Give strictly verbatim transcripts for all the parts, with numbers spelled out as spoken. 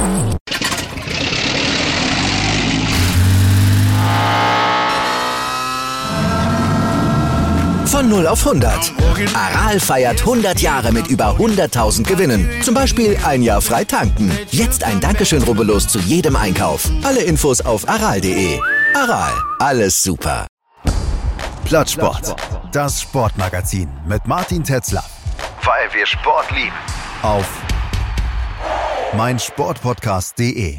Von null auf hundert. Aral feiert hundert Jahre mit über hunderttausend Gewinnen. Zum Beispiel ein Jahr frei tanken. Jetzt ein Dankeschön, rubbellos zu jedem Einkauf. Alle Infos auf aral punkt de. Aral, alles super. Plattsport, das Sportmagazin mit Martin Tetzlaff. Weil wir Sport lieben. Auf meinsportpodcast punkt de.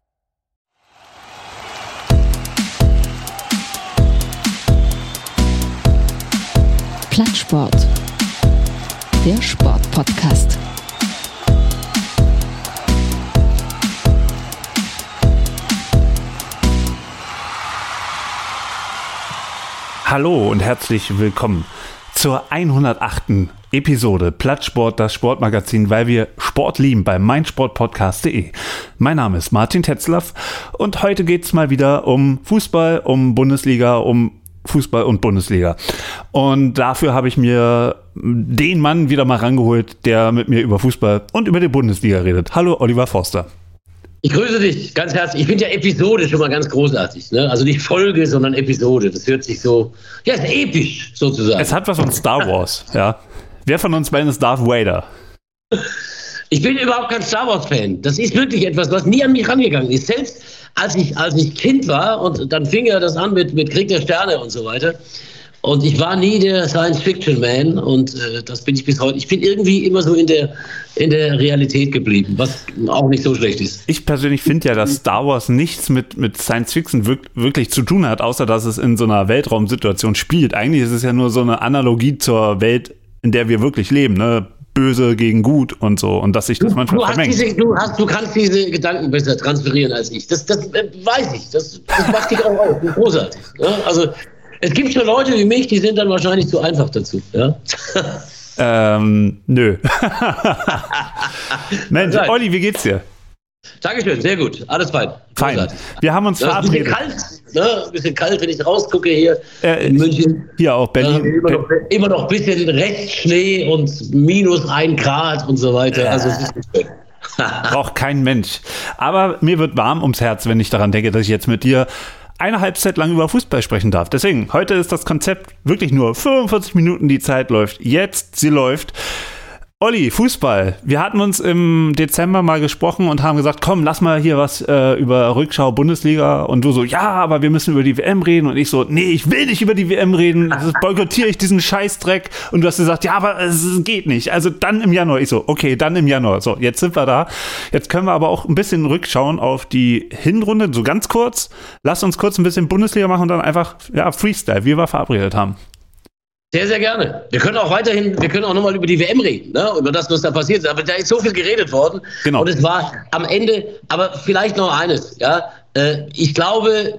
Plattsport, der Sportpodcast. Hallo und herzlich willkommen zur hundertachten Episode Plattsport, das Sportmagazin, weil wir Sport lieben bei meinsportpodcast punkt de. Mein Name ist Martin Tetzlaff und heute geht es mal wieder um Fußball, um Bundesliga, um Fußball und Bundesliga. Und dafür habe ich mir den Mann wieder mal rangeholt, der mit mir über Fußball und über die Bundesliga redet. Hallo, Oliver Forster. Ich grüße dich ganz herzlich. Ich finde ja Episode schon mal ganz großartig. Ne? Also nicht Folge, sondern Episode. Das hört sich so, ja, ist episch sozusagen. Es hat was von Star Wars, ja. Wer von uns beiden ist Darth Vader? Ich bin überhaupt kein Star Wars-Fan. Das ist wirklich etwas, was nie an mich rangegangen ist. Selbst als ich, als ich Kind war, und dann fing ja das an mit, mit Krieg der Sterne und so weiter. Und ich war nie der Science-Fiction-Man und äh, das bin ich bis heute. Ich bin irgendwie immer so in der, in der Realität geblieben, was auch nicht so schlecht ist. Ich persönlich finde ja, dass Star Wars nichts mit, mit Science-Fiction wirk- wirklich zu tun hat, außer dass es in so einer Weltraumsituation spielt. Eigentlich ist es ja nur so eine Analogie zur Welt, in der wir wirklich leben, ne? Böse gegen gut und so, und dass sich das manchmal du, vermengt. Diese, du, hast, du kannst diese Gedanken besser transferieren als ich. Das, das äh, weiß ich. Das, das macht dich auch auf. Großartig. Ja? Also, es gibt schon Leute wie mich, die sind dann wahrscheinlich zu einfach dazu. Ja? ähm, nö. Mensch, Olli, wie geht's dir? Dankeschön, sehr gut. Alles fein. Fein. Großartig. Wir haben uns ja, verabredet. Ein bisschen kalt, ne? Ein bisschen kalt, wenn ich rausgucke hier äh, in München. Hier auch Berlin. Ja, immer, noch, immer noch ein bisschen Restschnee und minus ein Grad und so weiter. Also es ist nicht schön. Braucht kein Mensch. Aber mir wird warm ums Herz, wenn ich daran denke, dass ich jetzt mit dir eine Halbzeit lang über Fußball sprechen darf. Deswegen, heute ist das Konzept wirklich nur fünfundvierzig Minuten, die Zeit läuft. Jetzt, sie läuft. Olli, Fußball. Wir hatten uns im Dezember mal gesprochen und haben gesagt, komm, lass mal hier was äh, über Rückschau Bundesliga. Und du so, ja, aber wir müssen über die W M reden. Und ich so, nee, ich will nicht über die W M reden. Das boykottiere ich diesen Scheißdreck. Und du hast gesagt, ja, aber es geht nicht. Also dann im Januar. Ich so, okay, dann im Januar. So, jetzt sind wir da. Jetzt können wir aber auch ein bisschen rückschauen auf die Hinrunde. So ganz kurz. Lass uns kurz ein bisschen Bundesliga machen und dann einfach, ja, Freestyle, wie wir verabredet haben. Sehr, sehr gerne. Wir können auch weiterhin, wir können auch nochmal über die W M reden, ne? Über das, was da passiert ist. Aber da ist so viel geredet worden. Genau. Und es war am Ende, aber vielleicht noch eines, ja. Äh, ich glaube,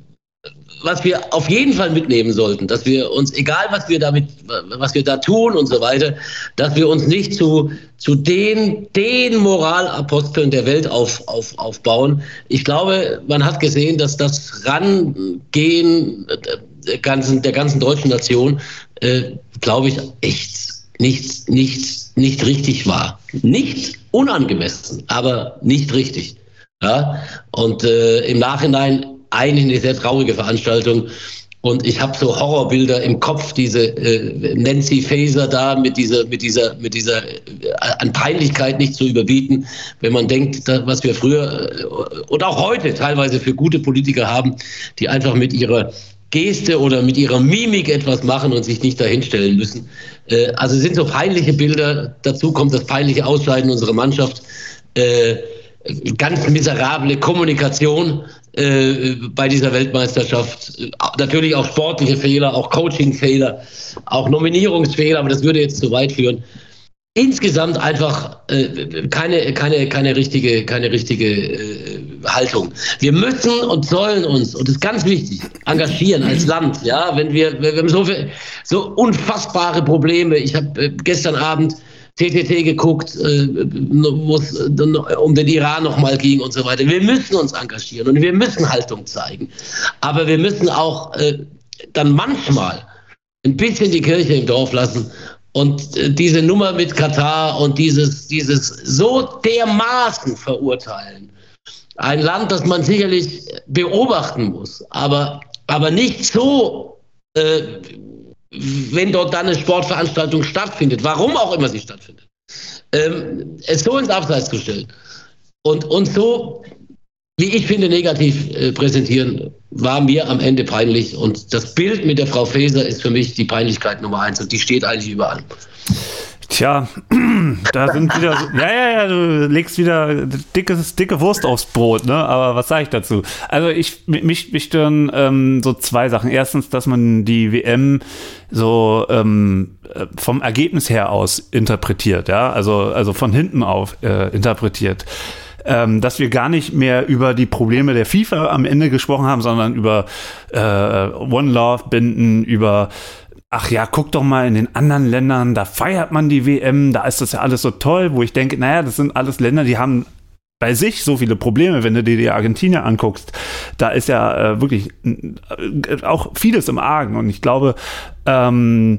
was wir auf jeden Fall mitnehmen sollten, dass wir uns, egal was wir damit, was wir da tun und so weiter, dass wir uns nicht zu, zu den, den Moralaposteln der Welt auf, auf, aufbauen. Ich glaube, man hat gesehen, dass das Rangehen der ganzen, der ganzen deutschen Nation, äh, glaube ich, echt nicht, nicht, nicht richtig war. Nicht unangemessen, aber nicht richtig. Ja? Und äh, im Nachhinein eigentlich eine sehr traurige Veranstaltung. Und ich habe so Horrorbilder im Kopf, diese äh, Nancy Faeser da mit dieser, mit dieser, mit dieser äh, an Peinlichkeit nicht zu überbieten, wenn man denkt, dass, was wir früher äh, und auch heute teilweise für gute Politiker haben, die einfach mit ihrer Geste oder mit ihrer Mimik etwas machen und sich nicht dahinstellen müssen. Äh, also es sind so peinliche Bilder. Dazu kommt das peinliche Ausscheiden unserer Mannschaft. Äh, ganz miserable Kommunikation äh, bei dieser Weltmeisterschaft. Äh, natürlich auch sportliche Fehler, auch Coaching-Fehler, auch Nominierungsfehler, aber das würde jetzt zu weit führen. Insgesamt einfach äh, keine, keine, keine richtige, keine richtige äh, Haltung. Wir müssen und sollen uns, und das ist ganz wichtig, engagieren als Land. Ja, wenn wir, wir haben so, viel, so unfassbare Probleme. Ich habe äh, gestern Abend T T T geguckt, äh, wo es um den Iran nochmal ging und so weiter. Wir müssen uns engagieren und wir müssen Haltung zeigen. Aber wir müssen auch äh, dann manchmal ein bisschen die Kirche im Dorf lassen Und äh, diese Nummer mit Katar und dieses, dieses so dermaßen verurteilen. Ein Land, das man sicherlich beobachten muss, aber, aber nicht so, äh, wenn dort dann eine Sportveranstaltung stattfindet, warum auch immer sie stattfindet, ähm, es so ins Abseits zu stellen und, und so, wie ich finde, negativ äh, präsentieren, war mir am Ende peinlich. Und das Bild mit der Frau Faeser ist für mich die Peinlichkeit Nummer eins und die steht eigentlich überall. Tja, da sind wieder, so, ja, ja, ja, du legst wieder dickes, dicke Wurst aufs Brot, ne? Aber was sage ich dazu? Also ich, mich, mich stören ähm, so zwei Sachen. Erstens, dass man die W M so ähm, vom Ergebnis her aus interpretiert, ja, also, also von hinten auf äh, interpretiert. Ähm, dass wir gar nicht mehr über die Probleme der FIFA am Ende gesprochen haben, sondern über äh, One Love Binden, über ach ja, guck doch mal in den anderen Ländern, da feiert man die W M, da ist das ja alles so toll, wo ich denke, naja, das sind alles Länder, die haben bei sich so viele Probleme, wenn du dir die Argentinier anguckst, da ist ja äh, wirklich äh, auch vieles im Argen und ich glaube, ähm,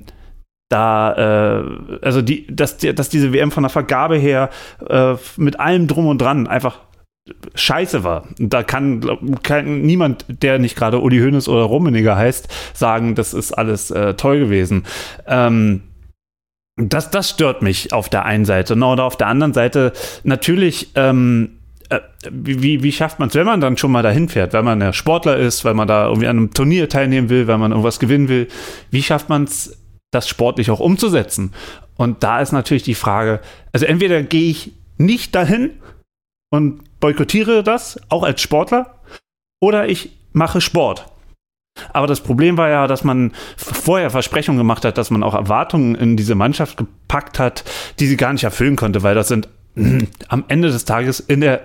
da, äh, also die, dass, dass diese W M von der Vergabe her äh, mit allem drum und dran einfach scheiße war. Da kann, kann niemand, der nicht gerade Uli Hoeneß oder Rummenigge heißt, sagen, das ist alles äh, toll gewesen. Ähm, das, das stört mich auf der einen Seite. No, oder auf der anderen Seite natürlich, ähm, äh, wie, wie schafft man es, wenn man dann schon mal dahin fährt, weil man ja Sportler ist, weil man da irgendwie an einem Turnier teilnehmen will, weil man irgendwas gewinnen will, wie schafft man es, das sportlich auch umzusetzen? Und da ist natürlich die Frage, also entweder gehe ich nicht dahin und boykottiere das, auch als Sportler, oder ich mache Sport. Aber das Problem war ja, dass man vorher Versprechungen gemacht hat, dass man auch Erwartungen in diese Mannschaft gepackt hat, die sie gar nicht erfüllen konnte, weil das sind mh, am Ende des Tages in der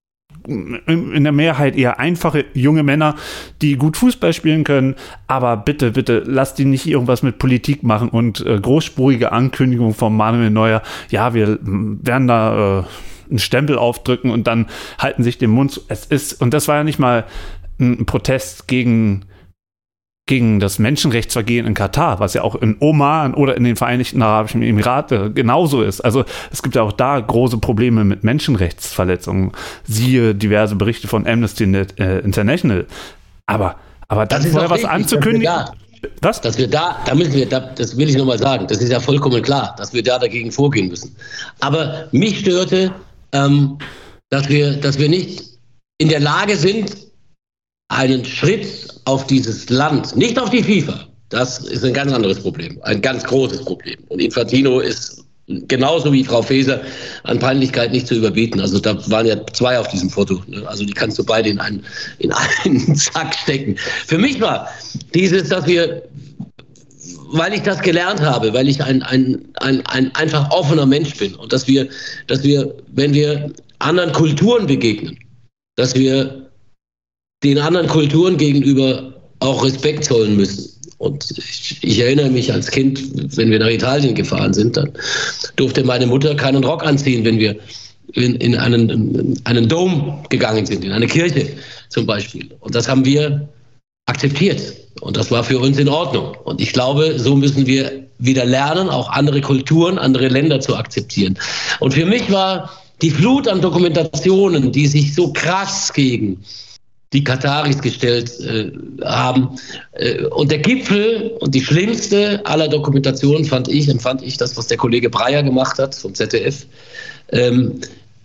in der Mehrheit eher einfache junge Männer, die gut Fußball spielen können, aber bitte, bitte, lasst die nicht irgendwas mit Politik machen und äh, großspurige Ankündigungen von Manuel Neuer, ja, wir werden da äh, einen Stempel aufdrücken und dann halten sich den Mund. Es ist, und das war ja nicht mal ein Protest gegen gegen das Menschenrechtsvergehen in Katar, was ja auch in Oman oder in den Vereinigten Arabischen Emiraten genauso ist. Also es gibt ja auch da große Probleme mit Menschenrechtsverletzungen. Siehe diverse Berichte von Amnesty International. Aber, aber dann vorher was anzukündigen... Dass wir da, was? Dass wir da, da müssen wir, da, das will ich nochmal sagen, das ist ja vollkommen klar, dass wir da dagegen vorgehen müssen. Aber mich störte, ähm, dass wir, dass wir nicht in der Lage sind, einen Schritt auf dieses Land, nicht auf die FIFA, das ist ein ganz anderes Problem, ein ganz großes Problem. Und Infantino ist genauso wie Frau Faeser an Peinlichkeit nicht zu überbieten. Also da waren ja zwei auf diesem Foto, ne? Also die kannst du beide in einen, in einen Sack stecken. Für mich war dieses, dass wir, weil ich das gelernt habe, weil ich ein, ein, ein, ein einfach offener Mensch bin und dass wir, dass wir, wenn wir anderen Kulturen begegnen, dass wir den anderen Kulturen gegenüber auch Respekt zollen müssen. Und ich, ich erinnere mich als Kind, wenn wir nach Italien gefahren sind, dann durfte meine Mutter keinen Rock anziehen, wenn wir in, in einen, in einen Dom gegangen sind, in eine Kirche zum Beispiel. Und das haben wir akzeptiert. Und das war für uns in Ordnung. Und ich glaube, so müssen wir wieder lernen, auch andere Kulturen, andere Länder zu akzeptieren. Und für mich war die Flut an Dokumentationen, die sich so krass gegen die Kataris gestellt äh, haben. Äh, und der Gipfel und die schlimmste aller Dokumentationen fand ich, empfand ich das, was der Kollege Breyer gemacht hat vom Z D F, ähm,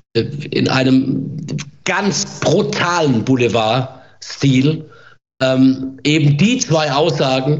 in einem ganz brutalen Boulevard-Stil, ähm, eben die zwei Aussagen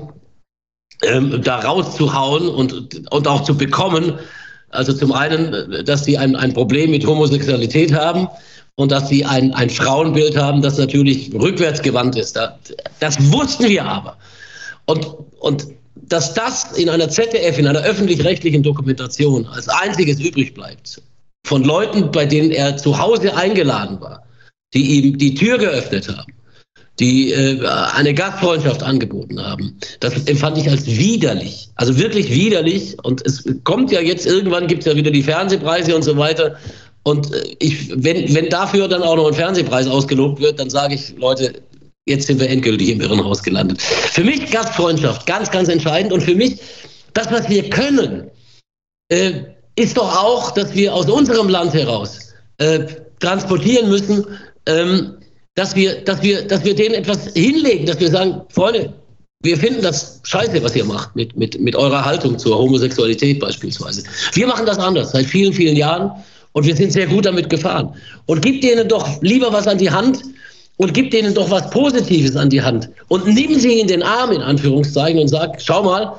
ähm, da rauszuhauen und, und auch zu bekommen. Also zum einen, dass sie ein, ein Problem mit Homosexualität haben, und dass sie ein, ein Frauenbild haben, das natürlich rückwärtsgewandt ist. Das, das wussten wir aber. Und, und dass das in einer Z D F, in einer öffentlich-rechtlichen Dokumentation als einziges übrig bleibt, von Leuten, bei denen er zu Hause eingeladen war, die ihm die Tür geöffnet haben, die äh, eine Gastfreundschaft angeboten haben, das empfand ich als widerlich. Also wirklich widerlich. Und es kommt ja jetzt, irgendwann gibt es ja wieder die Fernsehpreise und so weiter. Und ich, wenn, wenn dafür dann auch noch ein Fernsehpreis ausgelobt wird, dann sage ich, Leute, jetzt sind wir endgültig im Irrenhaus gelandet. Für mich Gastfreundschaft, ganz, ganz entscheidend. Und für mich, das, was wir können, äh, ist doch auch, dass wir aus unserem Land heraus äh, transportieren müssen, ähm, dass wir, dass wir, dass wir denen etwas hinlegen, dass wir sagen, Freunde, wir finden das scheiße, was ihr macht mit, mit, mit eurer Haltung zur Homosexualität beispielsweise. Wir machen das anders seit vielen, vielen Jahren und wir sind sehr gut damit gefahren. Und gib denen doch lieber was an die Hand und gib denen doch was Positives an die Hand. Und nimm sie in den Arm, in Anführungszeichen, und sag, schau mal,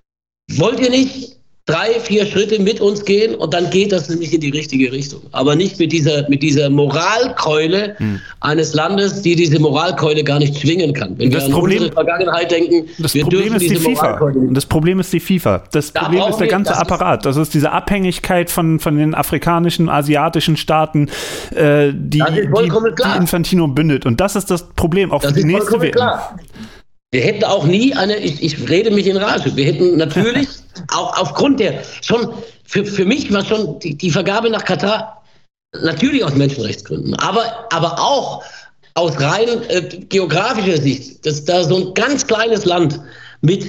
wollt ihr nicht drei, vier Schritte mit uns gehen und dann geht das nämlich in die richtige Richtung. Aber nicht mit dieser, mit dieser Moralkeule hm. eines Landes, die diese Moralkeule gar nicht schwingen kann. Wenn das wir an Problem, unsere Vergangenheit denken, das wir Problem dürfen ist diese die FIFA. Moralkeule nicht. Das Problem ist die FIFA. Das Da Problem ist der ganze wir, das Apparat. Das ist diese Abhängigkeit von, von den afrikanischen, asiatischen Staaten, äh, die, die, die Infantino bündelt. Und das ist das Problem. Auch das für die ist nächste W M. Klar. Wir hätten auch nie eine, ich, ich rede mich in Rage, wir hätten natürlich auch aufgrund der, schon, für, für mich war schon die, die Vergabe nach Katar natürlich aus Menschenrechtsgründen, aber, aber auch aus rein äh, geografischer Sicht, dass da so ein ganz kleines Land mit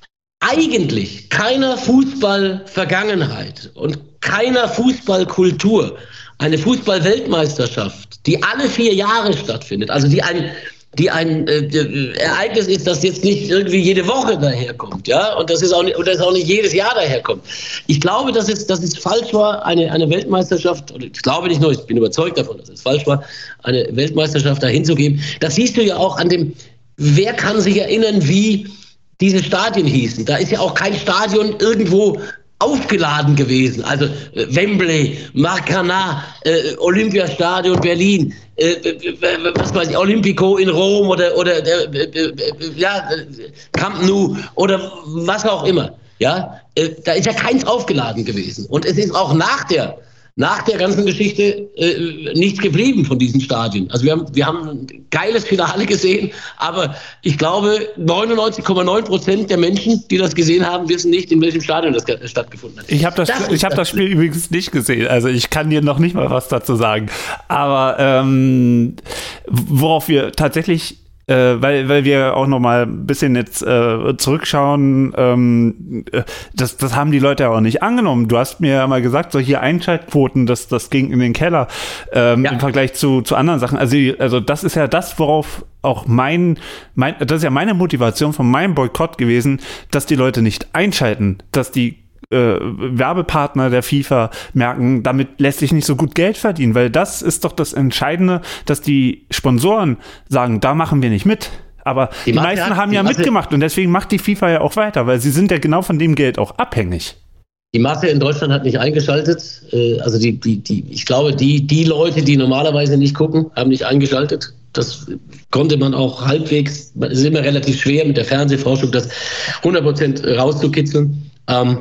eigentlich keiner Fußballvergangenheit und keiner Fußballkultur, eine Fußballweltmeisterschaft, die alle vier Jahre stattfindet, also die ein die ein äh, Ereignis ist, das jetzt nicht irgendwie jede Woche daherkommt, ja, und das ist auch nicht, und das auch nicht jedes Jahr daherkommt. Ich glaube, dass es, dass es falsch war, eine, eine Weltmeisterschaft, oder ich glaube nicht nur, ich bin überzeugt davon, dass es falsch war, eine Weltmeisterschaft dahin zu geben. Das siehst du ja auch an dem, wer kann sich erinnern, wie diese Stadien hießen. Da ist ja auch kein Stadion irgendwo aufgeladen gewesen. Also äh, Wembley, Maracana, äh, Olympiastadion Berlin, äh, was weiß ich, Olympico in Rom oder, oder äh, äh, ja, Camp Nou oder was auch immer. Ja, äh, da ist ja keins aufgeladen gewesen. Und es ist auch nach der Nach der ganzen Geschichte äh, nichts geblieben von diesen Stadien. Also wir haben, wir haben ein geiles Finale gesehen, aber ich glaube, neunundneunzig Komma neun Prozent der Menschen, die das gesehen haben, wissen nicht, in welchem Stadion das ge- stattgefunden hat. Ich habe das, das, ich hab das Spiel übrigens nicht gesehen, also ich kann dir noch nicht mal was dazu sagen. Aber ähm, worauf wir tatsächlich Äh, weil, weil wir auch noch mal ein bisschen jetzt äh, zurückschauen, ähm, das, das haben die Leute ja auch nicht angenommen. Du hast mir ja mal gesagt, so hier Einschaltquoten, das, das ging in den Keller ähm, ja. im Vergleich zu, zu anderen Sachen. Also, also das ist ja das, worauf auch mein, mein, das ist ja meine Motivation von meinem Boykott gewesen, dass die Leute nicht einschalten, dass die Äh, Werbepartner der FIFA merken, damit lässt sich nicht so gut Geld verdienen, weil das ist doch das Entscheidende, dass die Sponsoren sagen, da machen wir nicht mit. Aber die, die meisten hat, haben ja Masse, mitgemacht und deswegen macht die FIFA ja auch weiter, weil sie sind ja genau von dem Geld auch abhängig. Die Masse in Deutschland hat nicht eingeschaltet. Äh, also die, die, die, ich glaube, die, die Leute, die normalerweise nicht gucken, haben nicht eingeschaltet. Das konnte man auch halbwegs, es ist immer relativ schwer mit der Fernsehforschung, das hundert Prozent rauszukitzeln. Ähm,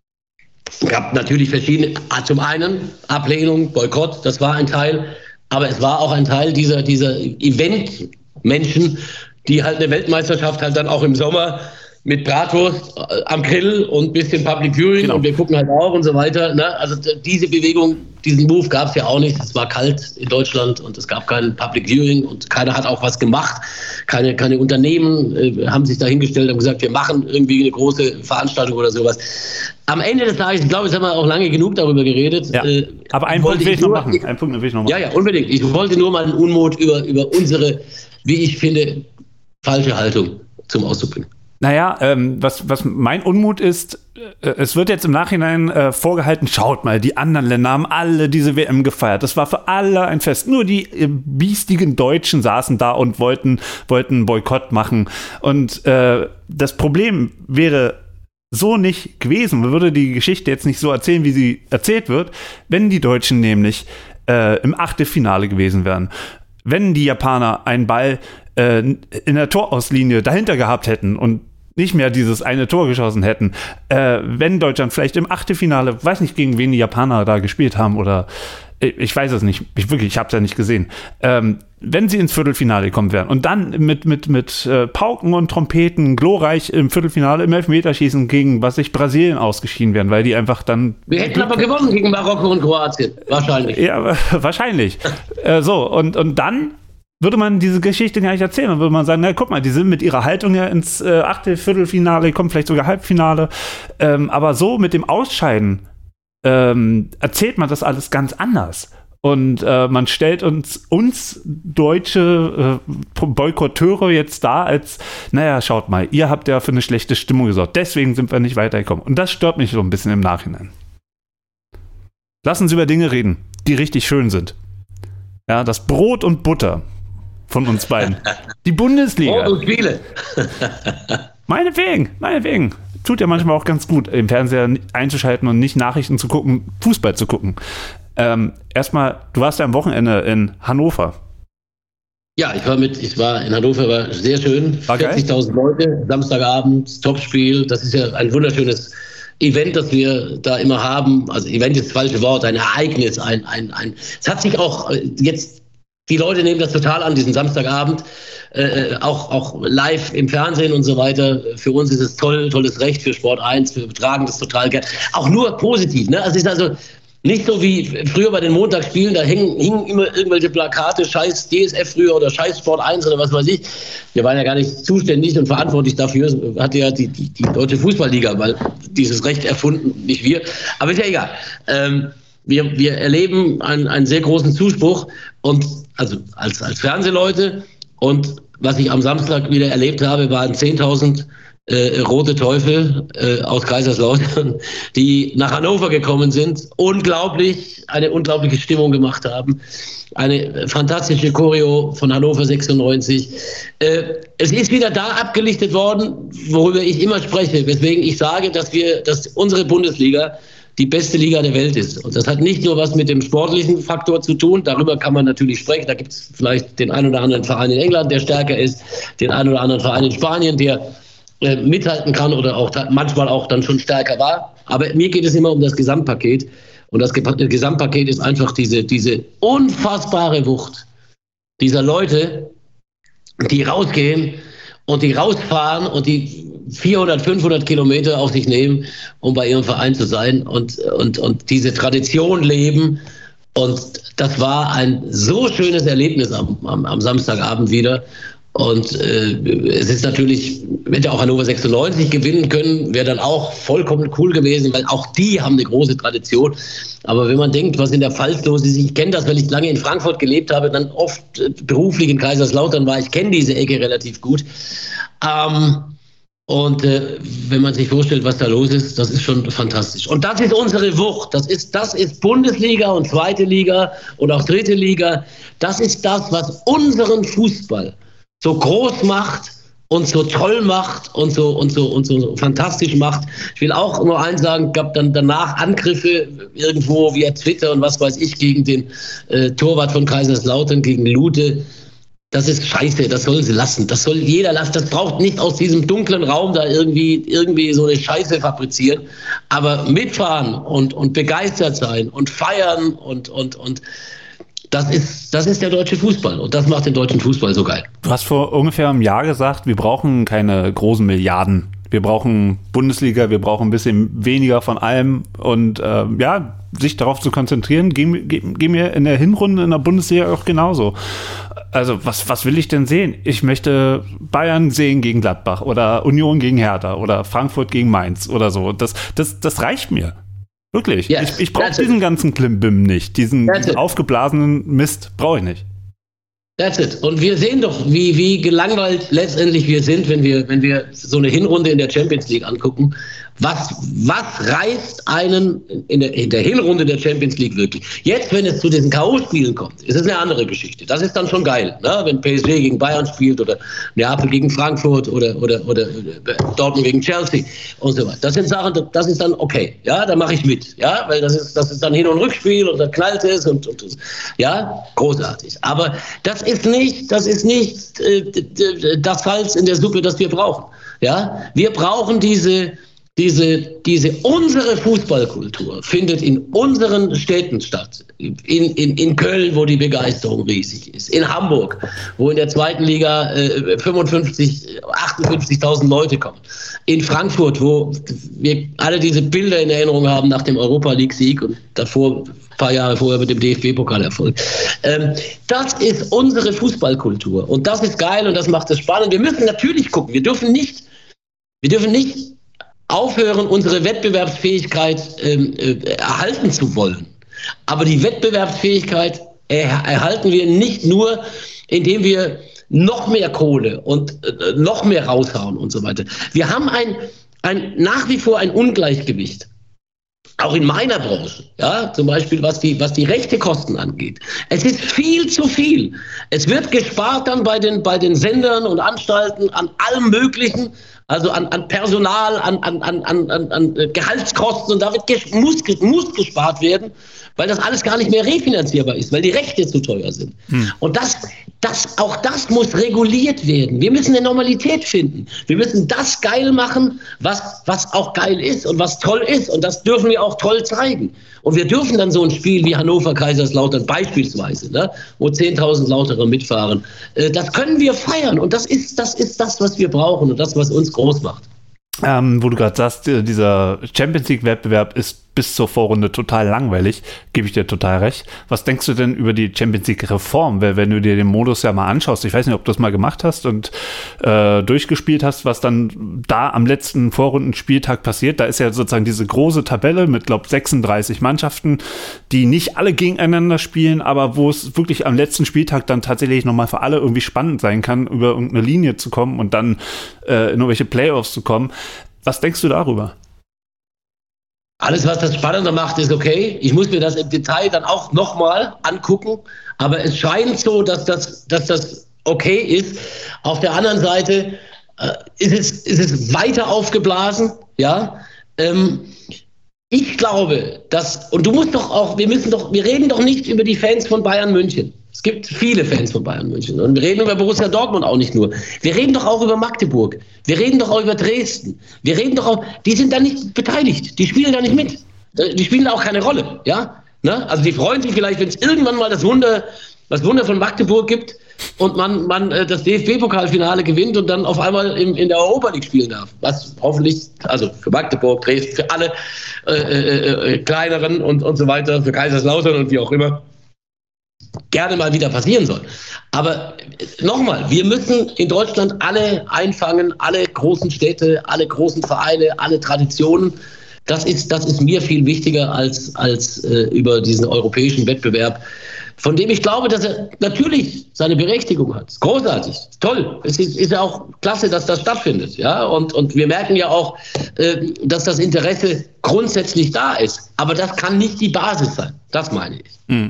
Es gab natürlich verschiedene, zum einen Ablehnung, Boykott, das war ein Teil, aber es war auch ein Teil dieser, dieser Event-Menschen, die halt eine Weltmeisterschaft halt dann auch im Sommer mit Bratwurst am Grill und ein bisschen Public Viewing genau. Und wir gucken halt auch und so weiter. Ne? Also diese Bewegung, diesen Move gab es ja auch nicht. Es war kalt in Deutschland und es gab kein Public Viewing und keiner hat auch was gemacht. Keine, keine Unternehmen äh, haben sich dahingestellt und gesagt, wir machen irgendwie eine große Veranstaltung oder sowas. Am Ende des Tages, ich glaube, jetzt haben wir auch lange genug darüber geredet. Ja, äh, aber einen Punkt will ich noch nur, machen. Einen Punkt will ich noch machen. Ja, ja, unbedingt. Ich wollte nur mal einen Unmut über, über unsere, wie ich finde, falsche Haltung zum Ausdruck bringen. Naja, ähm, was, was mein Unmut ist, äh, es wird jetzt im Nachhinein äh, vorgehalten, schaut mal, die anderen Länder haben alle diese W M gefeiert. Das war für alle ein Fest. Nur die äh, biestigen Deutschen saßen da und wollten, wollten einen Boykott machen. Und äh, das Problem wäre so nicht gewesen. Man würde die Geschichte jetzt nicht so erzählen, wie sie erzählt wird, wenn die Deutschen nämlich äh, im Achtelfinale gewesen wären. Wenn die Japaner einen Ball äh, in der Torauslinie dahinter gehabt hätten und nicht mehr dieses eine Tor geschossen hätten, äh, wenn Deutschland vielleicht im Achtelfinale, weiß nicht, gegen wen die Japaner da gespielt haben oder ich, ich weiß es nicht, ich wirklich, ich habe es ja nicht gesehen, ähm, wenn sie ins Viertelfinale gekommen wären und dann mit, mit, mit äh, Pauken und Trompeten glorreich im Viertelfinale im Elfmeterschießen gegen, was sich Brasilien ausgeschieden wären, weil die einfach dann... Wir hätten aber gewonnen gegen Marokko und Kroatien, wahrscheinlich. Ja, wahrscheinlich. äh, so, und, und dann würde man diese Geschichte gar nicht erzählen. Dann würde man sagen, na guck mal, die sind mit ihrer Haltung ja ins äh, Achtel-, Viertelfinale, kommen vielleicht sogar Halbfinale. Ähm, aber so mit dem Ausscheiden ähm, erzählt man das alles ganz anders. Und äh, man stellt uns, uns deutsche äh, Boykotteure jetzt da als, naja, schaut mal, ihr habt ja für eine schlechte Stimmung gesorgt, deswegen sind wir nicht weitergekommen. Und das stört mich so ein bisschen im Nachhinein. Lass uns über Dinge reden, die richtig schön sind. Ja, das Brot und Butter von uns beiden. Die Bundesliga. Brot und Spiele. Meinetwegen, meinetwegen. Tut ja manchmal auch ganz gut, im Fernseher einzuschalten und nicht Nachrichten zu gucken, Fußball zu gucken. Ähm, erstmal, du warst ja am Wochenende in Hannover. Ja, ich war mit, ich war in Hannover, war sehr schön. War vierzigtausend Leute, Samstagabend, Topspiel. Das ist ja ein wunderschönes Event, das wir da immer haben. Also Event ist das falsche Wort, ein Ereignis, ein, ein, ein. Es hat sich auch jetzt, die Leute nehmen das total an, diesen Samstagabend, äh, auch, auch live im Fernsehen und so weiter. Für uns ist es toll, tolles Recht für Sport eins, wir betragen das total gerne. Auch nur positiv, ne? Also es ist also nicht so wie früher bei den Montagsspielen, da hängen, hingen immer irgendwelche Plakate, scheiß D S F früher oder scheiß Sport eins oder was weiß ich. Wir waren ja gar nicht zuständig und verantwortlich dafür, hatte ja die, die, die Deutsche Fußballliga mal dieses Recht erfunden, nicht wir. Aber ist ja egal. Ähm, wir, wir erleben einen, einen sehr großen Zuspruch und also als, als Fernsehleute, und was ich am Samstag wieder erlebt habe, waren zehntausend Äh, rote Teufel äh, aus Kaiserslautern, die nach Hannover gekommen sind, unglaublich, eine unglaubliche Stimmung gemacht haben, eine fantastische Choreo von Hannover sechsundneunzig. Äh, es ist wieder da abgelichtet worden, worüber ich immer spreche, weswegen ich sage, dass wir, dass unsere Bundesliga die beste Liga der Welt ist. Und das hat nicht nur was mit dem sportlichen Faktor zu tun, darüber kann man natürlich sprechen, da gibt es vielleicht den einen oder anderen Verein in England, der stärker ist, den einen oder anderen Verein in Spanien, der mithalten kann oder auch manchmal auch dann schon stärker war. Aber mir geht es immer um das Gesamtpaket. Und das Gesamtpaket ist einfach diese, diese unfassbare Wucht dieser Leute, die rausgehen und die rausfahren und die vierhundert, fünfhundert Kilometer auf sich nehmen, um bei ihrem Verein zu sein und, und, und diese Tradition leben. Und das war ein so schönes Erlebnis am, am, am Samstagabend wieder. Und äh, es ist natürlich, hätte auch Hannover sechsundneunzig gewinnen können, wäre dann auch vollkommen cool gewesen, weil auch die haben eine große Tradition. Aber wenn man denkt, was in der Pfalz los ist, ich kenne das, weil ich lange in Frankfurt gelebt habe, dann oft äh, beruflich in Kaiserslautern war, ich kenne diese Ecke relativ gut. Ähm, und äh, wenn man sich vorstellt, was da los ist, das ist schon fantastisch. Und das ist unsere Wucht. Das ist, das ist Bundesliga und zweite Liga und auch dritte Liga. Das ist das, was unseren Fußball so groß macht und so toll macht und so und so und so fantastisch macht. Ich will auch nur eins sagen, gab dann danach Angriffe irgendwo via Twitter und was weiß ich gegen den äh, Torwart von Kaiserslautern, gegen Lute. Das ist scheiße, das sollen sie lassen. Das soll jeder lassen. Das braucht nicht aus diesem dunklen Raum da irgendwie, irgendwie so eine Scheiße fabrizieren. Aber mitfahren und, und begeistert sein und feiern und, und, und Das ist, das ist der deutsche Fußball und das macht den deutschen Fußball so geil. Du hast vor ungefähr einem Jahr gesagt, wir brauchen keine großen Milliarden. Wir brauchen Bundesliga, wir brauchen ein bisschen weniger von allem und äh, ja, sich darauf zu konzentrieren, gehen, gehen, gehen wir in der Hinrunde in der Bundesliga auch genauso. Also was, was will ich denn sehen? Ich möchte Bayern sehen gegen Gladbach oder Union gegen Hertha oder Frankfurt gegen Mainz oder so. Das, das, das reicht mir. Wirklich. Yes, ich ich brauche diesen ganzen Klimbim nicht. Diesen, diesen aufgeblasenen Mist brauche ich nicht. That's it. Und wir sehen doch, wie, wie gelangweilt letztendlich wir sind, wenn wir, wenn wir so eine Hinrunde in der Champions League angucken. Was, was reißt einen in der, in der Hinrunde der Champions League wirklich? Jetzt, wenn es zu diesen K O-Spielen kommt, ist es eine andere Geschichte. Das ist dann schon geil, ne? Wenn P S G gegen Bayern spielt oder Neapel gegen Frankfurt oder, oder, oder Dortmund gegen Chelsea und so weiter. Das sind Sachen, das ist dann okay. Ja, da mache ich mit. Ja, weil das ist, das ist dann Hin- und Rückspiel und da knallt es und, und, und ja, großartig. Aber das ist nicht, das ist nicht äh, das Salz in der Suppe, das wir brauchen. Ja, wir brauchen diese Diese, diese, unsere Fußballkultur findet in unseren Städten statt. In, in, in Köln, wo die Begeisterung riesig ist. In Hamburg, wo in der zweiten Liga äh, fünfundfünfzig, achtundfünfzigtausend Leute kommen. In Frankfurt, wo wir alle diese Bilder in Erinnerung haben nach dem Europa-League-Sieg und davor, ein paar Jahre vorher mit dem D F B-Pokalerfolg. Ähm, das ist unsere Fußballkultur. Und das ist geil und das macht es spannend. Wir müssen natürlich gucken. Wir dürfen nicht, wir dürfen nicht aufhören, unsere Wettbewerbsfähigkeit ähm, äh, erhalten zu wollen. Aber die Wettbewerbsfähigkeit er- erhalten wir nicht nur, indem wir noch mehr Kohle und äh, noch mehr raushauen und so weiter. Wir haben ein, ein, nach wie vor ein Ungleichgewicht. Auch in meiner Branche, ja, zum Beispiel was die, was die Rechtekosten angeht. Es ist viel zu viel. Es wird gespart dann bei den, bei den Sendern und Anstalten an allem Möglichen, also an, an Personal, an, an, an, an, an Gehaltskosten, und da wird ges- muss, muss gespart werden, weil das alles gar nicht mehr refinanzierbar ist, weil die Rechte zu teuer sind. Hm. Und das, das, auch das muss reguliert werden. Wir müssen eine Normalität finden. Wir müssen das geil machen, was, was auch geil ist und was toll ist. Und das dürfen wir auch toll zeigen. Und wir dürfen dann so ein Spiel wie Hannover-Kaiserslautern beispielsweise, ne, wo zehntausend Lauterer mitfahren, äh, das können wir feiern. Und das ist, das ist das, was wir brauchen und das, was uns groß macht. Ähm, wo du gerade sagst, dieser Champions-League-Wettbewerb ist bis zur Vorrunde total langweilig, gebe ich dir total recht. Was denkst du denn über die Champions-League-Reform? Weil wenn du dir den Modus ja mal anschaust, ich weiß nicht, ob du das mal gemacht hast und äh, durchgespielt hast, was dann da am letzten Vorrundenspieltag passiert, da ist ja sozusagen diese große Tabelle mit, glaube ich, sechsunddreißig Mannschaften, die nicht alle gegeneinander spielen, aber wo es wirklich am letzten Spieltag dann tatsächlich nochmal für alle irgendwie spannend sein kann, über irgendeine Linie zu kommen und dann äh, in irgendwelche Playoffs zu kommen. Was denkst du darüber? Alles, was das spannender macht, ist okay. Ich muss mir das im Detail dann auch nochmal angucken. Aber es scheint so, dass das, dass das okay ist. Auf der anderen Seite äh, ist, es, ist es weiter aufgeblasen. Ja. Ähm, ich glaube, dass, und du musst doch auch, wir müssen doch, wir reden doch nicht über die Fans von Bayern München. Es gibt viele Fans von Bayern München. Und wir reden über Borussia Dortmund auch nicht nur. Wir reden doch auch über Magdeburg. Wir reden doch auch über Dresden. Wir reden doch auch, die sind da nicht beteiligt. Die spielen da nicht mit. Die spielen da auch keine Rolle. Ja? Ne? Also die freuen sich vielleicht, wenn es irgendwann mal das Wunder, das Wunder von Magdeburg gibt und man, man äh, das D F B-Pokalfinale gewinnt und dann auf einmal im, in der Europa League spielen darf. Was hoffentlich, also für Magdeburg, Dresden, für alle äh, äh, äh, kleineren und, und so weiter, für Kaiserslautern und wie auch immer, gerne mal wieder passieren soll. Aber nochmal, wir müssen in Deutschland alle einfangen, alle großen Städte, alle großen Vereine, alle Traditionen. Das ist, das ist mir viel wichtiger als, als äh, über diesen europäischen Wettbewerb, von dem ich glaube, dass er natürlich seine Berechtigung hat. Ist großartig, ist toll. Es ist, ist ja auch klasse, dass das stattfindet. Ja? Und, und wir merken ja auch, äh, dass das Interesse grundsätzlich da ist. Aber das kann nicht die Basis sein. Das meine ich. Mhm.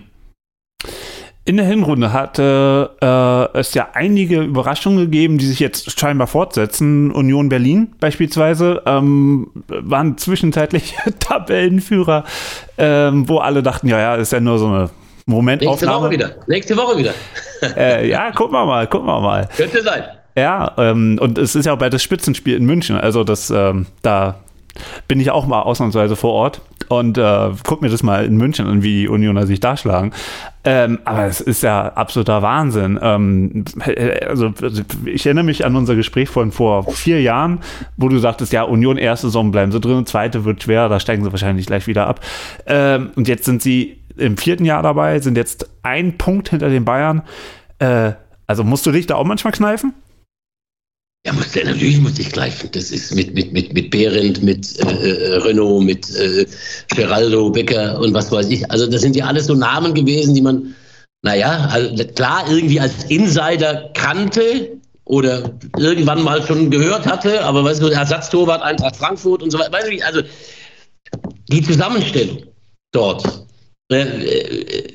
In der Hinrunde hatte äh, es ja einige Überraschungen gegeben, die sich jetzt scheinbar fortsetzen. Union Berlin beispielsweise ähm, waren zwischenzeitlich Tabellenführer, ähm, wo alle dachten, ja, ja, ist ja nur so eine Momentaufnahme. Nächste Woche wieder. Nächste Woche wieder. äh, ja, gucken wir mal, gucken wir mal. Könnte sein. Ja, ähm, und es ist ja auch bei das Spitzenspiel in München, also das, ähm, da bin ich auch mal ausnahmsweise vor Ort und äh, guck mir das mal in München an, wie die Unioner sich da schlagen. Ähm, aber es ist ja absoluter Wahnsinn. Ähm, also ich erinnere mich an unser Gespräch von vor vier Jahren, wo du sagtest, ja, Union erste Saison bleiben sie drin, zweite wird schwer, da steigen sie wahrscheinlich gleich wieder ab. Ähm, und jetzt sind sie im vierten Jahr dabei, sind jetzt ein Punkt hinter den Bayern. Äh, also musst du dich da auch manchmal kneifen? Ja, muss, natürlich muss ich greifen. Das ist mit, mit, mit, mit Behrendt, mit äh, Renault, mit äh, Geraldo, Becker und was weiß ich. Also das sind ja alles so Namen gewesen, die man, naja, also klar irgendwie als Insider kannte oder irgendwann mal schon gehört hatte, aber weißt du, Ersatztorwart Eintracht Frankfurt und so weiter. Weißt du, also die Zusammenstellung dort. Äh, äh,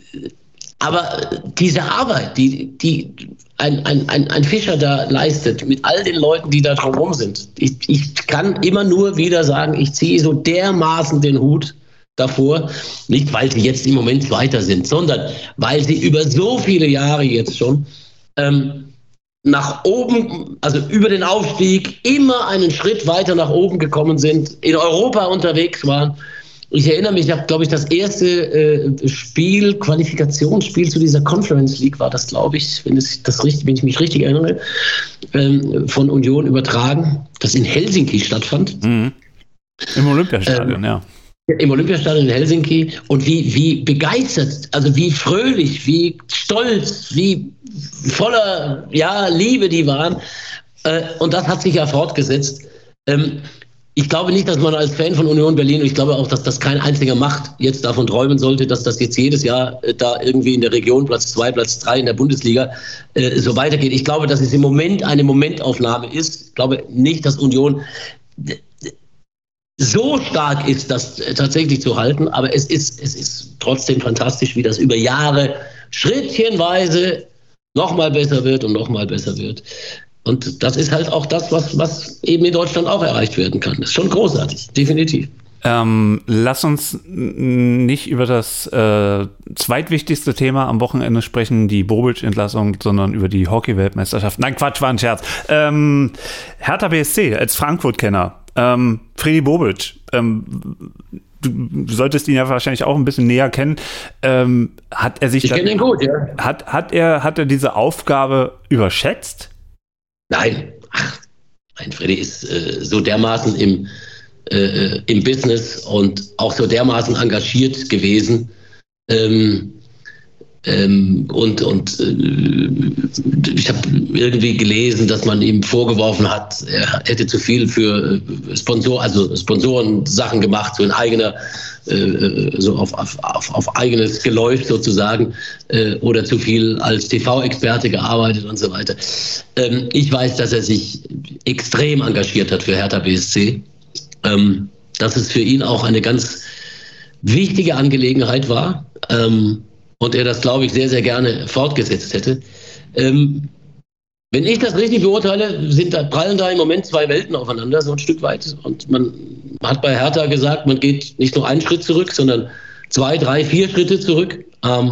aber diese Arbeit, die, die ein, ein, ein, ein Fischer da leistet, mit all den Leuten, die da drumherum sind, ich, ich kann immer nur wieder sagen, ich ziehe so dermaßen den Hut davor, nicht weil sie jetzt im Moment weiter sind, sondern weil sie über so viele Jahre jetzt schon ähm, nach oben, also über den Aufstieg, immer einen Schritt weiter nach oben gekommen sind, in Europa unterwegs waren. Ich erinnere mich, ich habe, glaube ich, das erste äh, Spiel, Qualifikationsspiel zu dieser Conference League war das, glaube ich, wenn, das, das richtig, wenn ich mich richtig erinnere, ähm, von Union übertragen, das in Helsinki stattfand. Mhm. Im Olympiastadion, ähm, ja. Im Olympiastadion in Helsinki. Und wie, wie begeistert, also wie fröhlich, wie stolz, wie voller ja, Liebe die waren. Äh, und das hat sich ja fortgesetzt. Ähm, ich glaube nicht, dass man als Fan von Union Berlin, und ich glaube auch, dass das kein einziger macht, jetzt davon träumen sollte, dass das jetzt jedes Jahr äh, da irgendwie in der Region Platz zwei, Platz drei in der Bundesliga äh, so weitergeht. Ich glaube, dass es im Moment eine Momentaufnahme ist. Ich glaube nicht, dass Union so stark ist, das tatsächlich zu halten, aber es ist, es ist trotzdem fantastisch, wie das über Jahre schrittchenweise noch mal besser wird und noch mal besser wird. Und das ist halt auch das, was, was eben in Deutschland auch erreicht werden kann. Das ist schon großartig, definitiv. Ähm, lass uns nicht über das äh, zweitwichtigste Thema am Wochenende sprechen, die Bobic-Entlassung, sondern über die Hockey-Weltmeisterschaft. Nein, Quatsch, war ein Scherz. Ähm, Hertha B S C als Frankfurt-Kenner. Ähm, Freddy Bobic, ähm, du solltest ihn ja wahrscheinlich auch ein bisschen näher kennen. Ähm, hat er sich ich kenne ihn gut, ja. Hat, hat, er, hat er diese Aufgabe überschätzt? Nein. Ach, mein Freddy ist äh, so dermaßen im Äh, im Business und auch so dermaßen engagiert gewesen. Ähm, ähm, und und äh, ich habe irgendwie gelesen, dass man ihm vorgeworfen hat, er hätte zu viel für Sponsor, also Sponsoren-Sachen gemacht, so in eigener, äh, so auf, auf, auf, auf eigenes Geläuf sozusagen, äh, oder zu viel als T V-Experte gearbeitet und so weiter. Ähm, ich weiß, dass er sich extrem engagiert hat für Hertha B S C. Ähm, dass es für ihn auch eine ganz wichtige Angelegenheit war, ähm, und er das, glaube ich, sehr, sehr gerne fortgesetzt hätte. Ähm, wenn ich das richtig beurteile, sind da, prallen da im Moment zwei Welten aufeinander, so ein Stück weit. Und man hat bei Hertha gesagt, man geht nicht nur einen Schritt zurück, sondern zwei, drei, vier Schritte zurück. Ähm,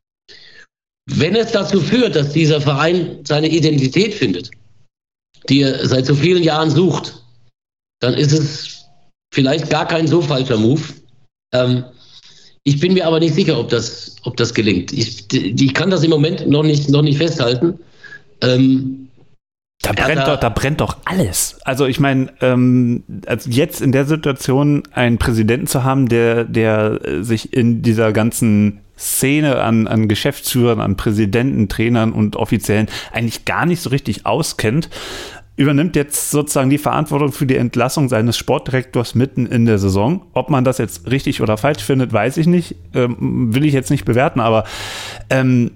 wenn es dazu führt, dass dieser Verein seine Identität findet, die er seit so vielen Jahren sucht, dann ist es vielleicht gar kein so falscher Move. Ähm, ich bin mir aber nicht sicher, ob das, ob das gelingt. Ich, ich kann das im Moment noch nicht, noch nicht festhalten. Ähm, da, brennt da, doch, da brennt doch alles. Also ich meine, ähm, also jetzt in der Situation einen Präsidenten zu haben, der, der sich in dieser ganzen Szene an, an Geschäftsführern, an Präsidenten, Trainern und Offiziellen eigentlich gar nicht so richtig auskennt, übernimmt jetzt sozusagen die Verantwortung für die Entlassung seines Sportdirektors mitten in der Saison. Ob man das jetzt richtig oder falsch findet, weiß ich nicht. Ähm, will ich jetzt nicht bewerten, aber ähm,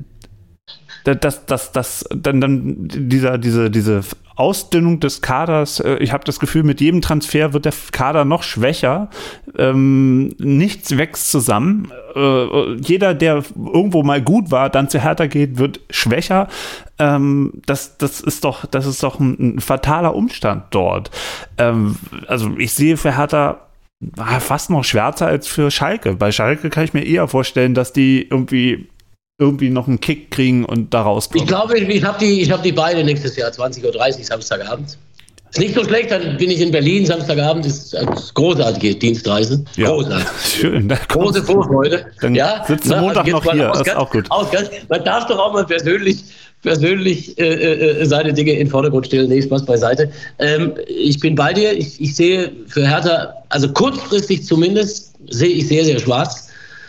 das, das, das, dann, dann dieser, diese, diese Ausdünnung des Kaders, äh, ich habe das Gefühl, mit jedem Transfer wird der Kader noch schwächer. Ähm, nichts wächst zusammen. Äh, jeder, der irgendwo mal gut war, dann zu Hertha geht, wird schwächer. Ähm, das, das ist doch, das ist doch ein, ein fataler Umstand dort. Ähm, also ich sehe für Hertha fast noch schwärzer als für Schalke. Bei Schalke kann ich mir eher vorstellen, dass die irgendwie irgendwie noch einen Kick kriegen und da rauskommen. Ich glaube, ich habe die, ich hab die beide nächstes Jahr, zwanzig Uhr dreißig, Samstagabend. Ist nicht so schlecht, dann bin ich in Berlin, Samstagabend, ist eine großartige Dienstreise. Ja, großartig. Schön. Große Vorfreude. Dann ja, sitzt du Montag also noch hier, ausgang, ist auch gut. Ausgang. Man darf doch auch mal persönlich, persönlich äh, äh, seine Dinge in den Vordergrund stellen. Nee, Spaß beiseite. Ähm, ich bin bei dir, ich, ich sehe für Hertha, also kurzfristig zumindest, sehe ich sehr, sehr schwarz.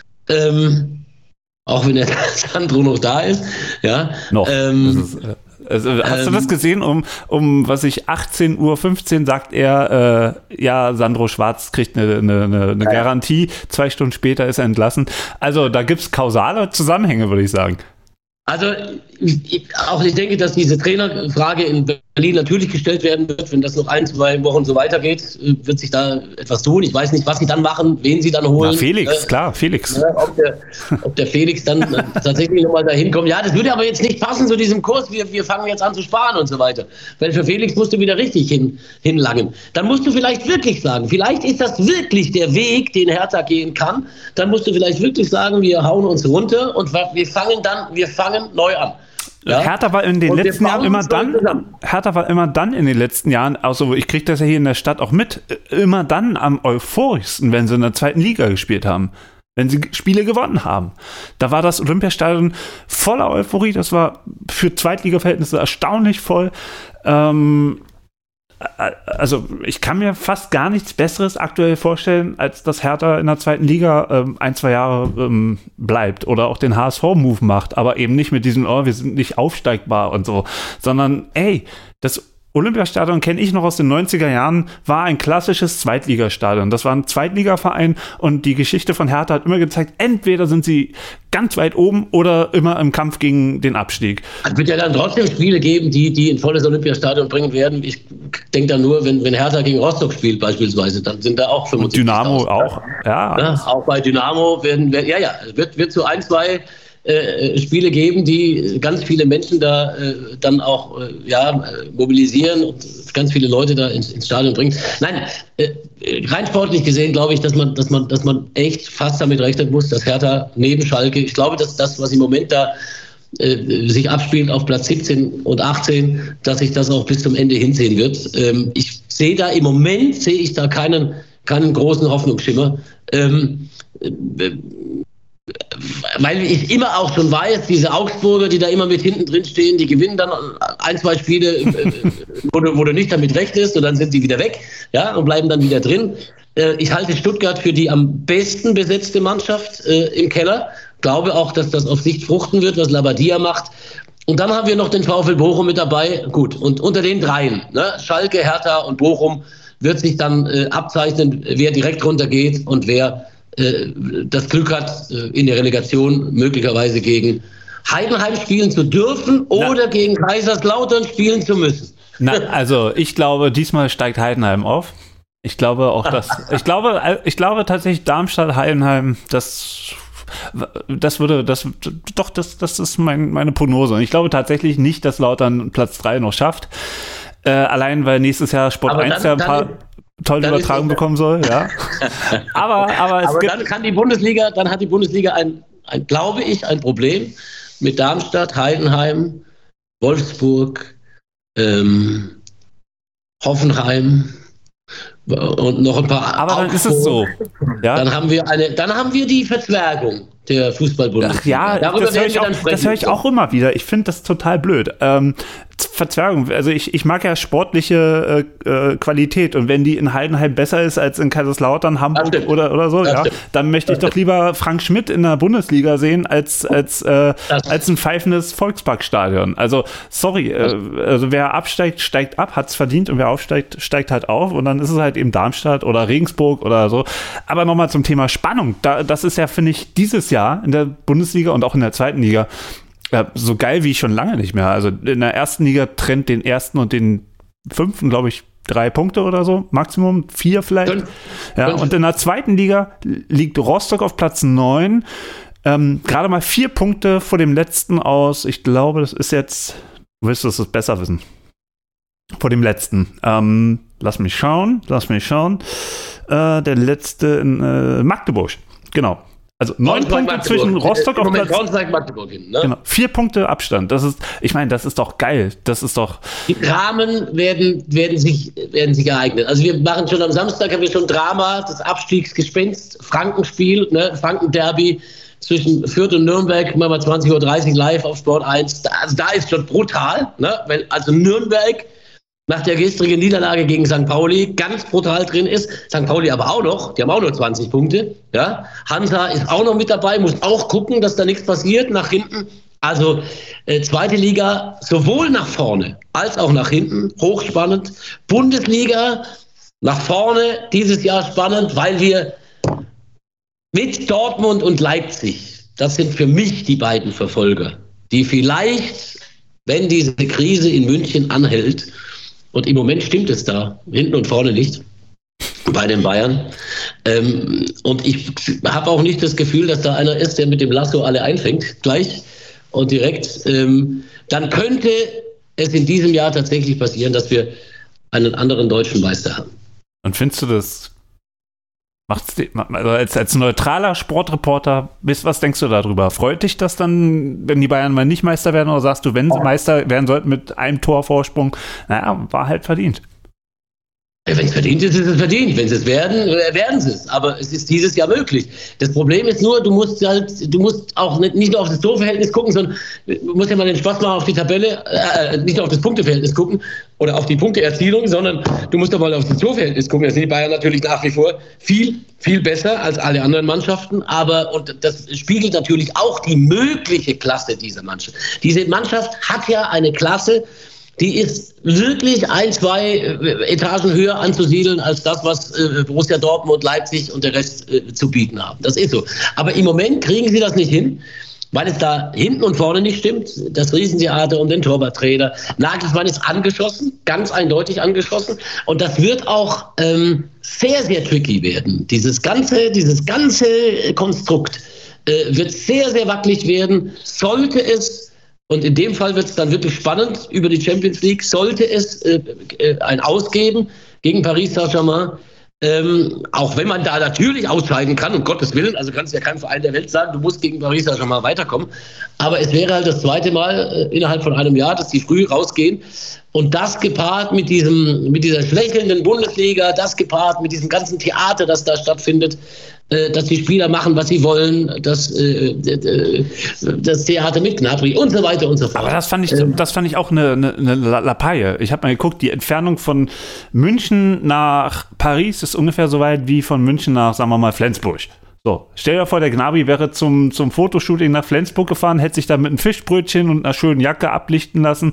Ähm, Auch wenn der Sandro noch da ist. Ja. Noch. Ähm, ist, äh, also, hast ähm, du das gesehen? Um, um was ich, achtzehn Uhr fünfzehn sagt er, äh, ja, Sandro Schwarz kriegt eine, eine, eine ja. Garantie. Zwei Stunden später ist er entlassen. Also da gibt es kausale Zusammenhänge, würde ich sagen. Also ich, auch ich denke, dass diese Trainerfrage in Berlin natürlich gestellt werden wird. Wenn das noch ein, zwei Wochen so weitergeht, wird sich da etwas tun. Ich weiß nicht, was sie dann machen, wen sie dann holen. Na, Felix, äh, klar, Felix. Äh, ob, der, ob der Felix dann tatsächlich nochmal dahin kommt. Ja, das würde aber jetzt nicht passen zu diesem Kurs. Wir, wir fangen jetzt an zu sparen und so weiter. Weil für Felix musst du wieder richtig hin, hinlangen. Dann musst du vielleicht wirklich sagen, vielleicht ist das wirklich der Weg, den Hertha gehen kann. Dann musst du vielleicht wirklich sagen, wir hauen uns runter und wir fangen dann, wir fangen neu an. Ja? Hertha war in den und letzten Jahren immer dann, Hertha war immer dann in den letzten Jahren, also ich kriege das ja hier in der Stadt auch mit, immer dann am euphorischsten, wenn sie in der zweiten Liga gespielt haben, wenn sie Spiele gewonnen haben. Da war das Olympiastadion voller Euphorie, das war für Zweitliga-Verhältnisse erstaunlich voll. Ähm, also ich kann mir fast gar nichts Besseres aktuell vorstellen, als dass Hertha in der zweiten Liga ähm, ein, zwei Jahre ähm, bleibt oder auch den H S V-Move macht, aber eben nicht mit diesem, oh, wir sind nicht aufsteigbar und so, sondern ey, das Olympiastadion kenne ich noch aus den neunziger Jahren, war ein klassisches Zweitligastadion. Das war ein Zweitligaverein und die Geschichte von Hertha hat immer gezeigt, entweder sind sie ganz weit oben oder immer im Kampf gegen den Abstieg. Es wird ja dann trotzdem Spiele geben, die, die ein volles Olympiastadion bringen werden. Ich denke da nur, wenn, wenn Hertha gegen Rostock spielt beispielsweise, dann sind da auch fünfundsiebzigtausend. Und Dynamo auch, ja. ja. Auch bei Dynamo werden, werden ja, ja, wird, wird so ein, zwei Äh, Spiele geben, die ganz viele Menschen da äh, dann auch äh, ja, mobilisieren und ganz viele Leute da ins, ins Stadion bringen. Nein, äh, rein sportlich gesehen glaube ich, dass man, dass man, dass man echt fast damit rechnen muss, dass Hertha neben Schalke, ich glaube, dass das, was im Moment da äh, sich abspielt auf Platz siebzehn und achtzehn, dass sich das auch bis zum Ende hinziehen wird. Ähm, ich sehe da im Moment, sehe ich da keinen, keinen großen Hoffnungsschimmer. Ähm, äh, Weil ich immer auch schon weiß, diese Augsburger, die da immer mit hinten drin stehen, die gewinnen dann ein, zwei Spiele, wo, du, wo du nicht damit rechnest und dann sind sie wieder weg, ja, und bleiben dann wieder drin. Ich halte Stuttgart für die am besten besetzte Mannschaft äh, im Keller. Glaube auch, dass das auf Sicht fruchten wird, was Labadia macht. Und dann haben wir noch den VfL Bochum mit dabei. Gut, und unter den dreien, ne, Schalke, Hertha und Bochum, wird sich dann äh, abzeichnen, wer direkt runtergeht und wer das Glück hat, in der Relegation möglicherweise gegen Heidenheim spielen zu dürfen oder Na. gegen Kaiserslautern spielen zu müssen. Na, also ich glaube, diesmal steigt Heidenheim auf. Ich glaube auch, dass ich glaube, ich glaube tatsächlich Darmstadt, Heidenheim, das das würde, das doch, das, das ist mein, meine Prognose. Und ich glaube tatsächlich nicht, dass Lautern Platz drei noch schafft. Äh, allein weil nächstes Jahr Sport eins ja ein paar tolle Übertragung bekommen soll, ja. aber aber, es aber gibt dann kann die Bundesliga, dann hat die Bundesliga ein, ein, glaube ich, ein Problem mit Darmstadt, Heidenheim, Wolfsburg, ähm, Hoffenheim und noch ein paar. Aber dann Augsburg. Ist es so. Ja? Dann haben wir eine, dann haben wir die Verzwergung der Fußball-Bundesliga. Ach ja, Darüber das höre ich, auch, das hör ich auch immer wieder. Ich finde das total blöd. Ähm, Verzwergung, also ich, ich mag ja sportliche äh, äh, Qualität und wenn die in Heidenheim besser ist als in Kaiserslautern, Hamburg oder, oder so, ja, dann möchte ich doch lieber Frank Schmidt in der Bundesliga sehen als, als, äh, als ein pfeifendes Volksparkstadion. Also sorry, äh, also wer absteigt, steigt ab, hat's verdient und wer aufsteigt, steigt halt auf und dann ist es halt eben Darmstadt oder Regensburg oder so. Aber nochmal zum Thema Spannung. Da, das ist ja, finde ich, dieses Jahr in der Bundesliga und auch in der zweiten Liga ja, so geil wie schon lange nicht mehr. Also in der ersten Liga trennt den ersten und den fünften, glaube ich, drei Punkte oder so, Maximum vier vielleicht. Fünf. Ja, Fünf. Und in der zweiten Liga liegt Rostock auf Platz neun, ähm, gerade mal vier Punkte vor dem letzten aus. Ich glaube, das ist jetzt, du wirst es besser wissen, vor dem letzten. Ähm, lass mich schauen, lass mich schauen. Äh, der letzte in äh, Magdeburg, genau. Also neun Punkte Magdeburg. Zwischen Rostock auf Platz. Magdeburg hin, ne? Genau. Vier Punkte Abstand. Das ist, ich meine, das ist doch geil. Das ist doch. Die Dramen werden, werden sich, werden sich ereignen. Also wir machen schon am Samstag haben wir schon Drama, das Abstiegsgespenst, Frankenspiel, ne, Franken-Derby zwischen Fürth und Nürnberg, machen wir zwanzig Uhr dreißig live auf Sport eins. Da, also da ist schon brutal, ne? Wenn also Nürnberg nach der gestrigen Niederlage gegen Sankt Pauli ganz brutal drin ist. Sankt Pauli aber auch noch, die haben auch nur zwanzig Punkte. Ja? Hansa ist auch noch mit dabei, muss auch gucken, dass da nichts passiert nach hinten. Also äh, zweite Liga sowohl nach vorne als auch nach hinten, hochspannend. Bundesliga nach vorne dieses Jahr spannend, weil wir mit Dortmund und Leipzig, das sind für mich die beiden Verfolger, die vielleicht, wenn diese Krise in München anhält, und im Moment stimmt es da, hinten und vorne nicht, bei den Bayern. Ähm, und ich habe auch nicht das Gefühl, dass da einer ist, der mit dem Lasso alle einfängt, gleich und direkt. Ähm, dann könnte es in diesem Jahr tatsächlich passieren, dass wir einen anderen deutschen Meister haben. Und findest du das, macht's, also als, als neutraler Sportreporter, was denkst du darüber? Freut dich das dann, wenn die Bayern mal nicht Meister werden, oder sagst du, wenn sie Meister werden sollten mit einem Torvorsprung, naja, war halt verdient? Wenn es verdient ist, ist es verdient. Wenn sie es werden, werden sie es. Aber es ist dieses Jahr möglich. Das Problem ist nur, du musst halt, du musst auch nicht, nicht nur auf das Torverhältnis gucken, sondern du musst ja mal den Spaß machen auf die Tabelle, äh, nicht nur auf das Punkteverhältnis gucken oder auf die Punkteerzielung, sondern du musst doch mal auf das Torverhältnis gucken. Da sind die Bayern natürlich nach wie vor viel, viel besser als alle anderen Mannschaften. Aber, und das spiegelt natürlich auch die mögliche Klasse dieser Mannschaft. Diese Mannschaft hat ja eine Klasse, die ist wirklich ein, zwei Etagen höher anzusiedeln als das, was äh, Borussia Dortmund, Leipzig und der Rest äh, zu bieten haben. Das ist so. Aber im Moment kriegen sie das nicht hin, weil es da hinten und vorne nicht stimmt. Das Riesentheater um den Torwarttrainer. Nagelsmann ist angeschossen, ganz eindeutig angeschossen. Und das wird auch ähm, sehr, sehr tricky werden. Dieses ganze, dieses ganze Konstrukt äh, wird sehr, sehr wackelig werden. Sollte es, und in dem Fall wird es dann wirklich spannend über die Champions League, sollte es äh, äh, ein Ausgeben gegen Paris Saint-Germain, Ähm, auch wenn man da natürlich ausscheiden kann, um Gottes Willen, also kannst du ja keinem Verein der Welt sagen, du musst gegen Paris Saint-Germain weiterkommen. Aber es wäre halt das zweite Mal äh, innerhalb von einem Jahr, dass die früh rausgehen. Und das gepaart mit diesem, mit dieser schwächelnden Bundesliga, das gepaart mit diesem ganzen Theater, das da stattfindet, äh, dass die Spieler machen, was sie wollen, das, äh, äh, das Theater mit Gnabry und so weiter und so fort. Aber das fand ich, ähm, das fand ich auch eine, eine, eine Lappalie. Ich habe mal geguckt, die Entfernung von München nach Paris ist ungefähr so weit wie von München nach, sagen wir mal, Flensburg. So, stell dir vor, der Gnabry wäre zum, zum Fotoshooting nach Flensburg gefahren, hätte sich da mit einem Fischbrötchen und einer schönen Jacke ablichten lassen.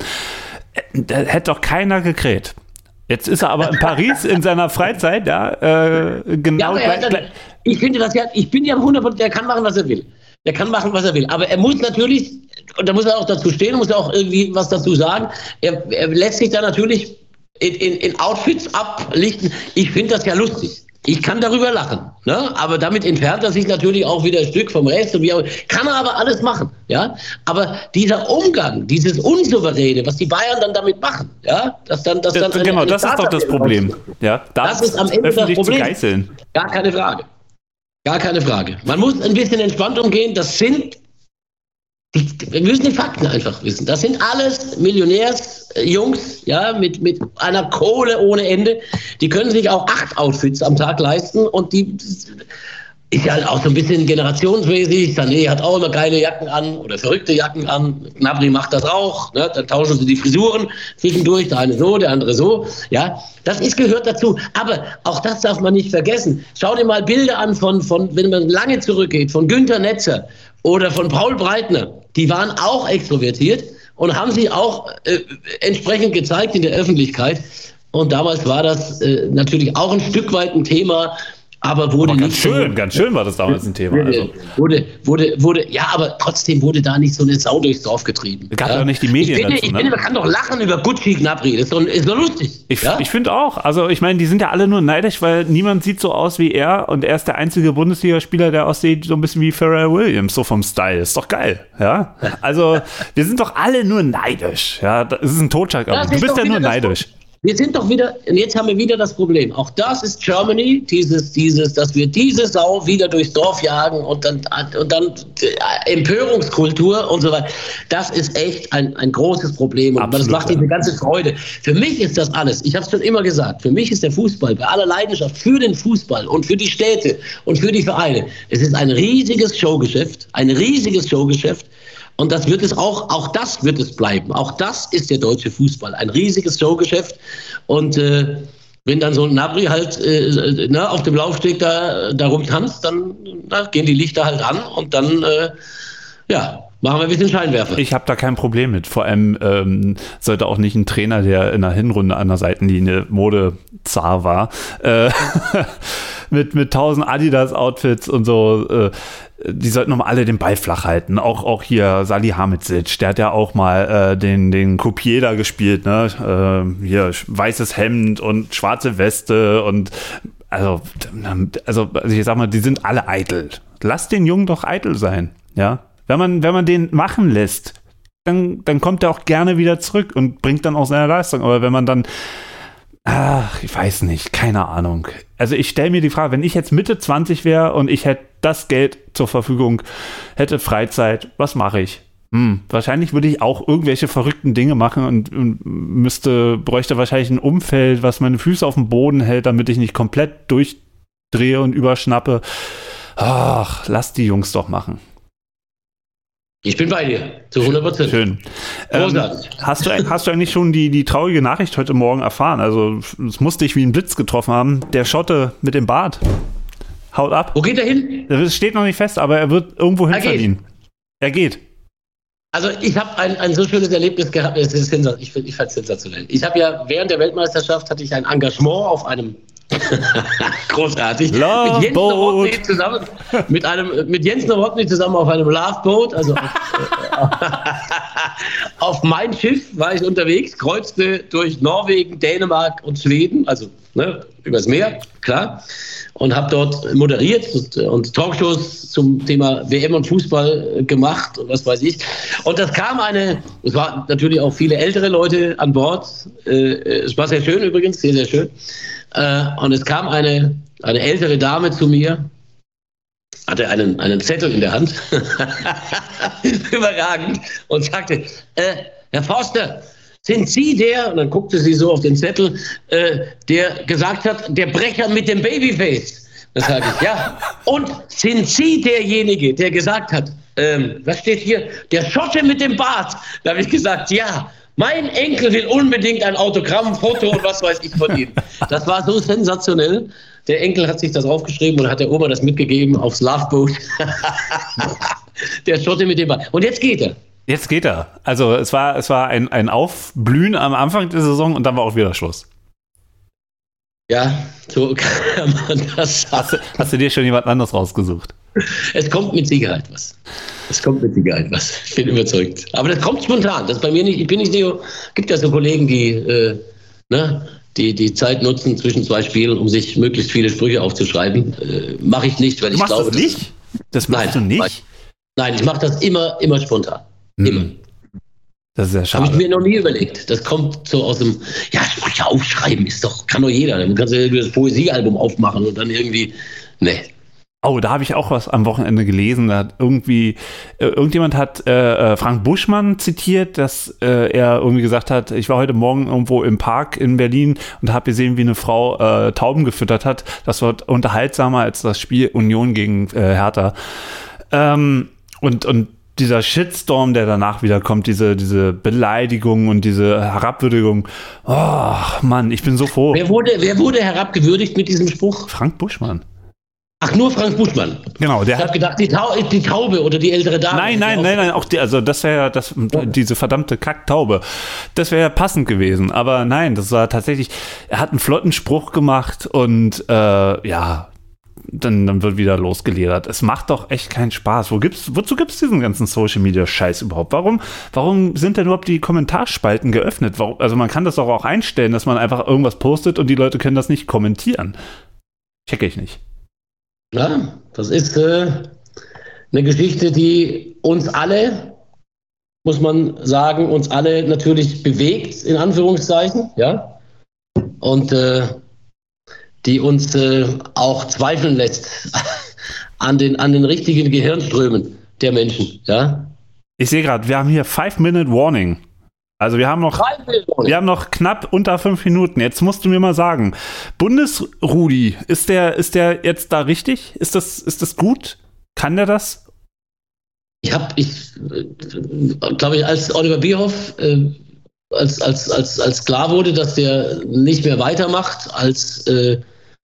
Da hätte doch keiner gekräht. Jetzt ist er aber in Paris in seiner Freizeit, ja, äh, genau. Ja, gleich, gleich. Ich finde das ja, ich bin ja hundert Prozent, der kann machen, was er will. Der kann machen, was er will. Aber er muss natürlich, und da muss er auch dazu stehen, muss er auch irgendwie was dazu sagen. Er, er lässt sich da natürlich in, in, in Outfits ablichten. Ich finde das ja lustig. Ich kann darüber lachen, ne? Aber damit entfernt er sich natürlich auch wieder ein Stück vom Rest. Und wie auch, kann er aber alles machen, ja? Aber dieser Umgang, dieses Unsouveräne, was die Bayern dann damit machen, ja? Dass dann, dass dann das, genau, das ist doch das Problem. Ja, das ist am Ende das Problem. Zu geißeln. Gar keine Frage. Gar keine Frage. Man muss ein bisschen entspannt umgehen. Das sind, die, wir müssen die Fakten einfach wissen. Das sind alles Millionärsjungs, ja, mit, mit einer Kohle ohne Ende. Die können sich auch acht Outfits am Tag leisten und die ist ja auch so ein bisschen generationsmäßig. Sané hat auch immer geile Jacken an oder verrückte Jacken an. Gnabry macht das auch. Ne? Dann tauschen sie die Frisuren zwischendurch. Der eine so, der andere so. Ja, das ist, gehört dazu. Aber auch das darf man nicht vergessen. Schau dir mal Bilder an von, von, wenn man lange zurückgeht, von Günther Netzer oder von Paul Breitner. Die waren auch extrovertiert und haben sich auch äh, entsprechend gezeigt in der Öffentlichkeit. Und damals war das äh, natürlich auch ein Stück weit ein Thema. Aber wurde aber ganz nicht schön, so, ganz schön war das damals ein Thema. Also. Wurde, wurde, wurde, ja, aber trotzdem wurde da nicht so eine Sau durchs Dorf getrieben. Es gab ja auch nicht die Medien ich finde, dazu, ich ne? finde, man kann doch lachen über Gucci Gnabry, das ist doch, ist doch lustig. Ich, ja? ich finde auch, also ich meine, die sind ja alle nur neidisch, weil niemand sieht so aus wie er und er ist der einzige Bundesligaspieler, der aussieht so ein bisschen wie Pharrell Williams, so vom Style. Ist doch geil, ja? Also wir sind doch alle nur neidisch, ja? Das ist ein Totschlag, aber du bist ja nur neidisch. Wir sind doch wieder, und jetzt haben wir wieder das Problem. Auch das ist Germany, dieses, dieses, dass wir diese Sau wieder durchs Dorf jagen und dann, und dann Empörungskultur und so weiter. Das ist echt ein, ein großes Problem und Absolut, das macht diese ganze Freude. Für mich ist das alles, ich habe es schon immer gesagt, für mich ist der Fußball, bei aller Leidenschaft für den Fußball und für die Städte und für die Vereine, es ist ein riesiges Showgeschäft, ein riesiges Showgeschäft. Und das wird es auch, auch das wird es bleiben. Auch das ist der deutsche Fußball. Ein riesiges Showgeschäft. Und äh, wenn dann so ein Gnabry halt äh, ne, auf dem Laufsteg da, da rumtanzt, dann na, gehen die Lichter halt an und dann, äh, ja, machen wir ein bisschen Scheinwerfer. Ich habe da kein Problem mit. Vor allem ähm, sollte auch nicht ein Trainer, der in der Hinrunde an der Seitenlinie Modezar war, äh, mit, mit tausend Adidas-Outfits und so, äh, die sollten nochmal alle den Ball flach halten. Auch, auch hier Salihamidzic, der hat ja auch mal äh, den, den Coupier da gespielt, ne? Äh, hier weißes Hemd und schwarze Weste und also, also, also ich sag mal, die sind alle eitel. Lass den Jungen doch eitel sein, ja? Wenn man, wenn man den machen lässt, dann, dann kommt er auch gerne wieder zurück und bringt dann auch seine Leistung. Aber wenn man dann Ach, ich weiß nicht, keine Ahnung. Also ich stelle mir die Frage, wenn ich jetzt Mitte zwanzig wäre und ich hätte das Geld zur Verfügung, hätte Freizeit, was mache ich? Hm, wahrscheinlich würde ich auch irgendwelche verrückten Dinge machen und, und müsste, bräuchte wahrscheinlich ein Umfeld, was meine Füße auf dem Boden hält, damit ich nicht komplett durchdrehe und überschnappe. Ach, lass die Jungs doch machen. Ich bin bei dir, zu hundert Prozent. Schön. Ähm, hast, du, hast du eigentlich schon die, die traurige Nachricht heute Morgen erfahren? Also, es musste dich wie ein Blitz getroffen haben. Der Schotte mit dem Bart haut ab. Wo geht er hin? Das steht noch nicht fest, aber er wird irgendwo hin verdienen. Er geht. Also ich habe ein, ein so schönes Erlebnis gehabt, es ist sensat- ich, ich fand es sensationell. Ich habe ja während der Weltmeisterschaft hatte ich ein Engagement auf einem großartig Love mit Jens Boat. Nowotny zusammen mit einem mit Jens Nowotny zusammen auf einem Love Boat, also auf, auf mein Schiff war ich unterwegs, kreuzte durch Norwegen, Dänemark und Schweden, also ne, übers Meer, klar. Und habe dort moderiert und, und Talkshows zum Thema W M und Fußball gemacht und was weiß ich. Und das kam eine, es waren natürlich auch viele ältere Leute an Bord. Äh, es war sehr schön übrigens, sehr, sehr schön. Äh, und es kam eine, eine ältere Dame zu mir, hatte einen, einen Zettel in der Hand, überragend, und sagte, äh, Herr Forster, sind Sie der, und dann guckte sie so auf den Zettel, äh, der gesagt hat, der Brecher mit dem Babyface? Das sage ich, ja. Und sind Sie derjenige, der gesagt hat, ähm, was steht hier, der Schotte mit dem Bart? Da habe ich gesagt, ja. Mein Enkel will unbedingt ein Autogramm, Foto und was weiß ich von ihm. Das war so sensationell. Der Enkel hat sich das aufgeschrieben und hat der Oma das mitgegeben aufs Loveboat. Der Schotte mit dem Bart. Und jetzt geht er. Jetzt geht er. Also es war, es war ein, ein Aufblühen am Anfang der Saison und dann war auch wieder Schluss. Ja, so kann man das sagen. Hast du, hast du dir schon jemand anderes rausgesucht? Es kommt mit Sicherheit was. Es kommt mit Sicherheit was. Ich bin überzeugt. Aber das kommt spontan. Das ist bei mir nicht, ich bin nicht so, gibt ja so Kollegen, die, äh, ne, die die Zeit nutzen zwischen zwei Spielen, um sich möglichst viele Sprüche aufzuschreiben. Äh, Mache ich nicht, weil du ich machst glaube. Das nicht? Das machst nein, du nicht? Nein, ich mache das immer, immer spontan. Hm. Immer. Das ist ja schade. Habe ich mir noch nie überlegt. Das kommt so aus dem, ja, Sprüche aufschreiben ist doch, kann doch jeder. Dann kannst du irgendwie das Poesiealbum aufmachen und dann irgendwie, ne. Oh, da habe ich auch was am Wochenende gelesen. Da hat irgendwie, äh, irgendjemand hat äh, Frank Buschmann zitiert, dass äh, er irgendwie gesagt hat, ich war heute Morgen irgendwo im Park in Berlin und habe gesehen, wie eine Frau äh, Tauben gefüttert hat. Das war unterhaltsamer als das Spiel Union gegen äh, Hertha. Ähm, und, und dieser Shitstorm, der danach wieder kommt, diese, diese Beleidigung und diese Herabwürdigung. Oh, Mann, ich bin so froh. Wer wurde, wer wurde herabgewürdigt mit diesem Spruch? Frank Buschmann. Ach, nur Frank Buschmann. Genau, der ich hat habe gedacht, die, Tau- die Taube oder die ältere Dame. Nein, nein, nein, nein, auch die, also das wäre ja das, diese verdammte Kacktaube. Das wäre ja passend gewesen. Aber nein, das war tatsächlich, er hat einen flotten Spruch gemacht und äh, ja, dann, dann wird wieder losgeledert. Es macht doch echt keinen Spaß. Wo gibt's, wozu gibt's diesen ganzen Social-Media-Scheiß überhaupt? Warum, warum sind denn überhaupt die Kommentarspalten geöffnet? Warum, also man kann das doch auch einstellen, dass man einfach irgendwas postet und die Leute können das nicht kommentieren. Checke ich nicht. Ja, das ist äh, eine Geschichte, die uns alle, muss man sagen, uns alle natürlich bewegt, in Anführungszeichen, ja, und äh, die uns äh, auch zweifeln lässt an den, an den richtigen Gehirnströmen der Menschen, ja. Ich sehe gerade, wir haben hier Five-Minute-Warning. Also wir haben noch, wir haben noch knapp unter fünf Minuten. Jetzt musst du mir mal sagen, Bundesrudi, ist der, ist der jetzt da richtig? Ist das, ist das gut? Kann der das? Ich habe, ich glaube ich, als Oliver Bierhoff, äh, als, als, als, als klar wurde, dass der nicht mehr weitermacht als äh,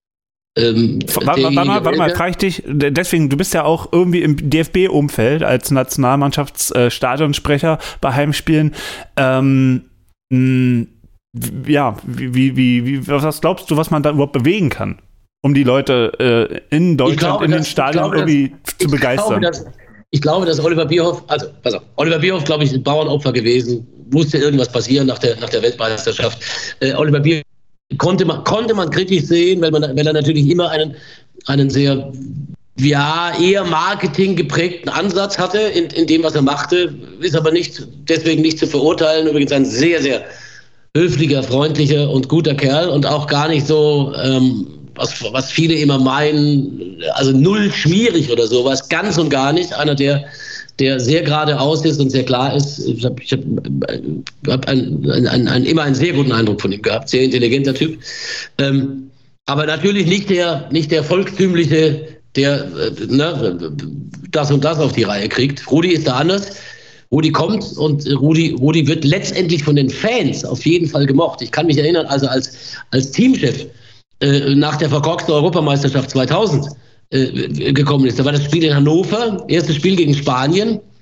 Ähm, warte, warte mal, warte mal, frage ich dich, deswegen, du bist ja auch irgendwie im D F B-Umfeld als Nationalmannschaftsstadionsprecher äh, bei Heimspielen. Ähm, mh, ja, wie, wie, wie, was glaubst du, was man da überhaupt bewegen kann, um die Leute äh, in Deutschland, glaube, in den dass, Stadien glaube, irgendwie dass, zu begeistern? Glaube, dass, ich glaube, dass Oliver Bierhoff, also, pass auf, Oliver Bierhoff, glaube ich, ist ein Bauernopfer gewesen, musste irgendwas passieren nach der, nach der Weltmeisterschaft. Äh, Oliver Bierhoff Konnte man, konnte man kritisch sehen, weil, man, weil er natürlich immer einen, einen sehr, ja, eher Marketing geprägten Ansatz hatte in, in dem, was er machte, ist aber nicht, deswegen nicht zu verurteilen. Übrigens ein sehr, sehr höflicher, freundlicher und guter Kerl und auch gar nicht so, ähm, was, was viele immer meinen, also null schmierig oder sowas, ganz und gar nicht. Einer, der der sehr geradeaus ist und sehr klar ist. Ich habe ich hab, hab ein, ein, ein, ein, immer einen sehr guten Eindruck von ihm gehabt, sehr intelligenter Typ. Ähm, aber natürlich nicht der, nicht der volkstümliche, der äh, ne, das und das auf die Reihe kriegt. Rudi ist da anders. Rudi kommt und Rudi, Rudi wird letztendlich von den Fans auf jeden Fall gemocht. Ich kann mich erinnern, also als, als Teamchef äh, nach der verkorksten Europameisterschaft zweitausend äh, gekommen ist. Da war das Spiel in Hannover, erstes Spiel gegen Spanien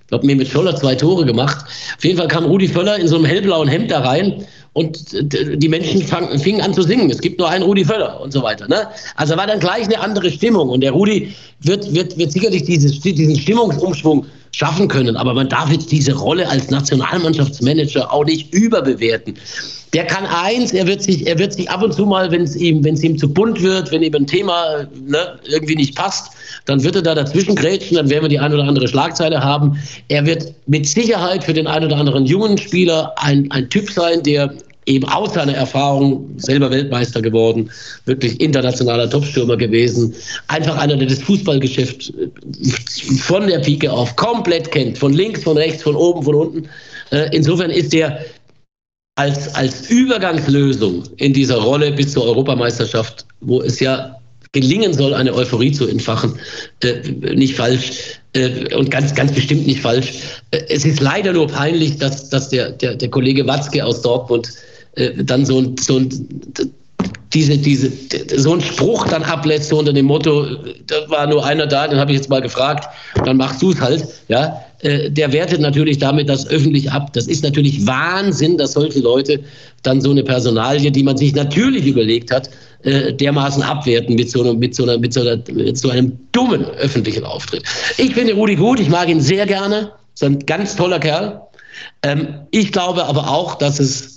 Ich glaube, mir mit Scholler zwei Tore gemacht. Auf jeden Fall kam Rudi Völler in so einem hellblauen Hemd da rein und die Menschen fang, fingen an zu singen. Es gibt nur einen Rudi Völler und so weiter. Ne? Also war dann gleich eine andere Stimmung. Und der Rudi wird, wird, wird sicherlich dieses, diesen Stimmungsumschwung schaffen können. Aber man darf jetzt diese Rolle als Nationalmannschaftsmanager auch nicht überbewerten. Der kann eins, er wird sich, er wird sich ab und zu mal, wenn es ihm, wenn es ihm zu bunt wird, wenn ihm ein Thema ne, irgendwie nicht passt, dann wird er da dazwischen grätschen, dann werden wir die ein oder andere Schlagzeile haben. Er wird mit Sicherheit für den ein oder anderen jungen Spieler ein, ein Typ sein, der eben aus seiner Erfahrung, selber Weltmeister geworden, wirklich internationaler Topstürmer gewesen, einfach einer, der das Fußballgeschäft von der Pike auf komplett kennt, von links, von rechts, von oben, von unten. Insofern ist der als, als Übergangslösung in dieser Rolle bis zur Europameisterschaft, wo es ja gelingen soll, eine Euphorie zu entfachen, äh, nicht falsch äh, und ganz, ganz bestimmt nicht falsch. Äh, es ist leider nur peinlich, dass, dass der, der, der Kollege Watzke aus Dortmund äh, dann so ein, so ein diese, diese, so einen Spruch dann ablässt, so unter dem Motto, da war nur einer da, den habe ich jetzt mal gefragt, dann machst du es halt, ja. Äh, der wertet natürlich damit das öffentlich ab. Das ist natürlich Wahnsinn, dass solche Leute dann so eine Personalie, die man sich natürlich überlegt hat, äh, dermaßen abwerten mit so, einer, mit, so einer, mit, so einer, mit so einem dummen öffentlichen Auftritt. Ich finde Rudi gut, ich mag ihn sehr gerne, ist ein ganz toller Kerl. Ähm, ich glaube aber auch, dass es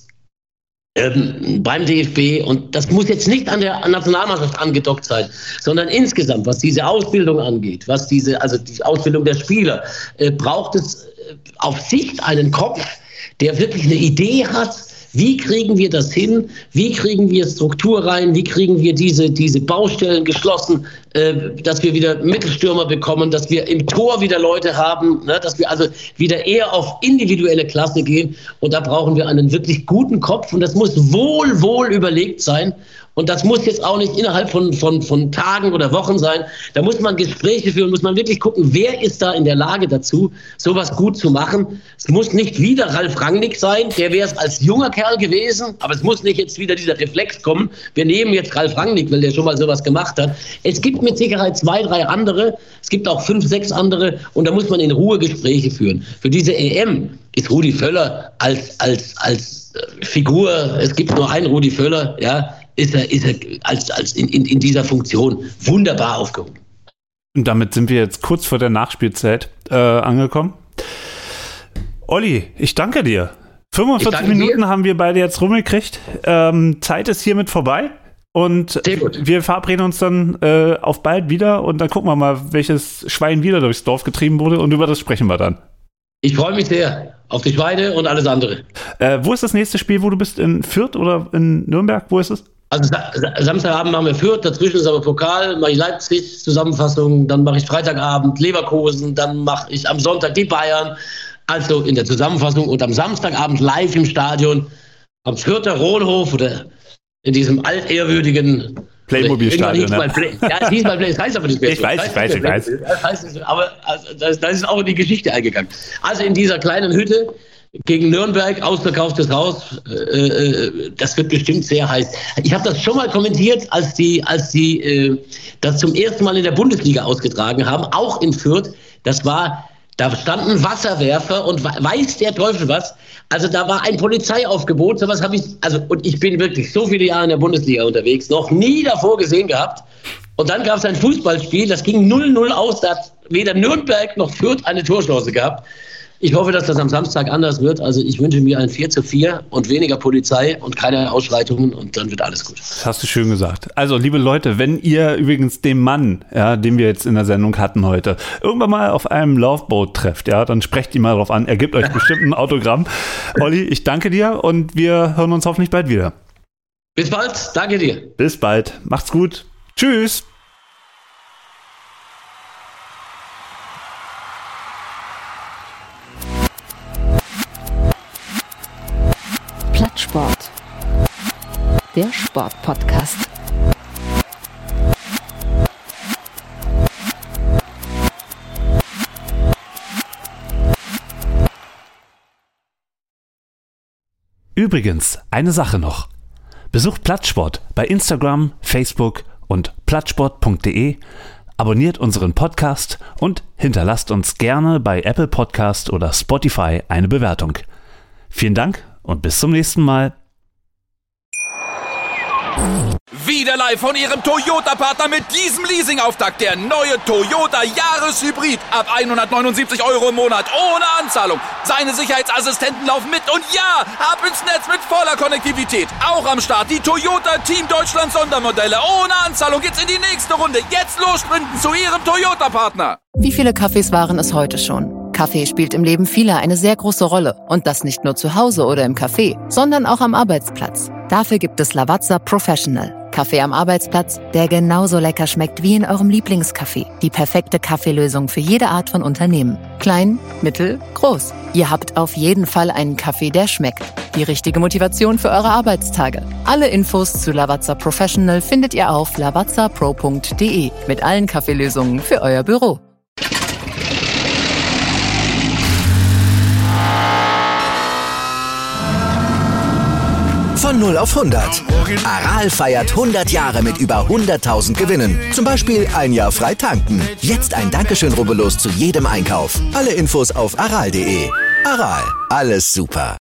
Ähm, beim D F B, und das muss jetzt nicht an der Nationalmannschaft angedockt sein, sondern insgesamt, was diese Ausbildung angeht, was diese, also die Ausbildung der Spieler, äh, braucht es äh, auf Sicht einen Kopf, der wirklich eine Idee hat, wie kriegen wir das hin, wie kriegen wir Struktur rein, wie kriegen wir diese, diese Baustellen geschlossen, äh, dass wir wieder Mittelstürmer bekommen, dass wir im Tor wieder Leute haben, ne, dass wir also wieder eher auf individuelle Klasse gehen, und da brauchen wir einen wirklich guten Kopf, und das muss wohl, wohl überlegt sein. Und das muss jetzt auch nicht innerhalb von, von, von Tagen oder Wochen sein. Da muss man Gespräche führen, muss man wirklich gucken, wer ist da in der Lage dazu, sowas gut zu machen. Es muss nicht wieder Ralf Rangnick sein, der wäre es als junger Kerl gewesen, aber es muss nicht jetzt wieder dieser Reflex kommen, wir nehmen jetzt Ralf Rangnick, weil der schon mal sowas gemacht hat. Es gibt mit Sicherheit zwei, drei andere, es gibt auch fünf, sechs andere, und da muss man in Ruhe Gespräche führen. Für diese E M ist Rudi Völler als, als, als Figur, es gibt nur einen Rudi Völler, ja, ist er, ist er als, als in, in, in dieser Funktion wunderbar aufgehoben. Und damit sind wir jetzt kurz vor der Nachspielzeit äh, angekommen. Olli, ich danke dir. fünfundvierzig danke Minuten dir. Haben wir beide jetzt rumgekriegt. Ähm, Zeit ist hiermit vorbei. Und wir verabreden uns dann äh, auf bald wieder, und dann gucken wir mal, welches Schwein wieder durchs Dorf getrieben wurde, und über das sprechen wir dann. Ich freue mich sehr auf die Schweine und alles andere. Äh, wo ist das nächste Spiel, wo du bist? In Fürth oder in Nürnberg? Wo ist es? Also Sa- Samstagabend machen wir Fürth, dazwischen ist aber Pokal, mache ich Leipzig, Zusammenfassung, dann mache ich Freitagabend Leverkusen, dann mache ich am Sonntag die Bayern, also in der Zusammenfassung, und am Samstagabend live im Stadion am Fürther Rohnhof oder in diesem altehrwürdigen Playmobil-Stadion. Ne? Play, ja, es hieß mal Play, das heißt aber nicht mehr. Ich weiß, ich weiß, ich weiß. Das heißt, aber also, das, das ist auch in die Geschichte eingegangen. Also in dieser kleinen Hütte gegen Nürnberg, ausverkauftes Haus, äh, das wird bestimmt sehr heiß. Ich habe das schon mal kommentiert, als die, als die äh, das zum ersten Mal in der Bundesliga ausgetragen haben, auch in Fürth. Das war, da standen Wasserwerfer und weiß der Teufel was. Also da war ein Polizeiaufgebot, sowas habe ich, also, und ich bin wirklich so viele Jahre in der Bundesliga unterwegs, noch nie davor gesehen gehabt. Und dann gab es ein Fußballspiel, das ging null null aus, da hat weder Nürnberg noch Fürth eine Torchance gehabt. Ich hoffe, dass das am Samstag anders wird. Also ich wünsche mir ein vier zu vier und weniger Polizei und keine Ausschreitungen, und dann wird alles gut. Das hast du schön gesagt. Also liebe Leute, wenn ihr übrigens den Mann, ja, den wir jetzt in der Sendung hatten heute, irgendwann mal auf einem Loveboat trefft, ja, dann sprecht ihn mal drauf an. Er gibt euch bestimmt ein Autogramm. Olli, ich danke dir, und wir hören uns hoffentlich bald wieder. Bis bald. Danke dir. Bis bald. Macht's gut. Tschüss. Plattsport. Der Sportpodcast. Übrigens, eine Sache noch. Besucht Plattsport bei Instagram, Facebook und plattsport punkt de. abonniert unseren Podcast und hinterlasst uns gerne bei Apple Podcast oder Spotify eine Bewertung. Vielen Dank und bis zum nächsten Mal. Wieder live von Ihrem Toyota-Partner mit diesem Leasing-Auftakt. Der neue Toyota Jahreshybrid. Ab hundertneunundsiebzig Euro im Monat. Ohne Anzahlung. Seine Sicherheitsassistenten laufen mit. Und ja, ab ins Netz mit voller Konnektivität. Auch am Start die Toyota Team Deutschland Sondermodelle. Ohne Anzahlung geht's in die nächste Runde. Jetzt los sprinten zu Ihrem Toyota-Partner. Wie viele Kaffees waren es heute schon? Kaffee spielt im Leben vieler eine sehr große Rolle. Und das nicht nur zu Hause oder im Café, sondern auch am Arbeitsplatz. Dafür gibt es Lavazza Professional. Kaffee am Arbeitsplatz, der genauso lecker schmeckt wie in eurem Lieblingscafé. Die perfekte Kaffeelösung für jede Art von Unternehmen. Klein, mittel, groß. Ihr habt auf jeden Fall einen Kaffee, der schmeckt. Die richtige Motivation für eure Arbeitstage. Alle Infos zu Lavazza Professional findet ihr auf lavazza pro punkt de mit allen Kaffeelösungen für euer Büro. Von null auf hundert. Aral feiert hundert Jahre mit über hunderttausend Gewinnen. Zum Beispiel ein Jahr frei tanken. Jetzt ein Dankeschön, rubbellos zu jedem Einkauf. Alle Infos auf aral punkt de. Aral, alles super.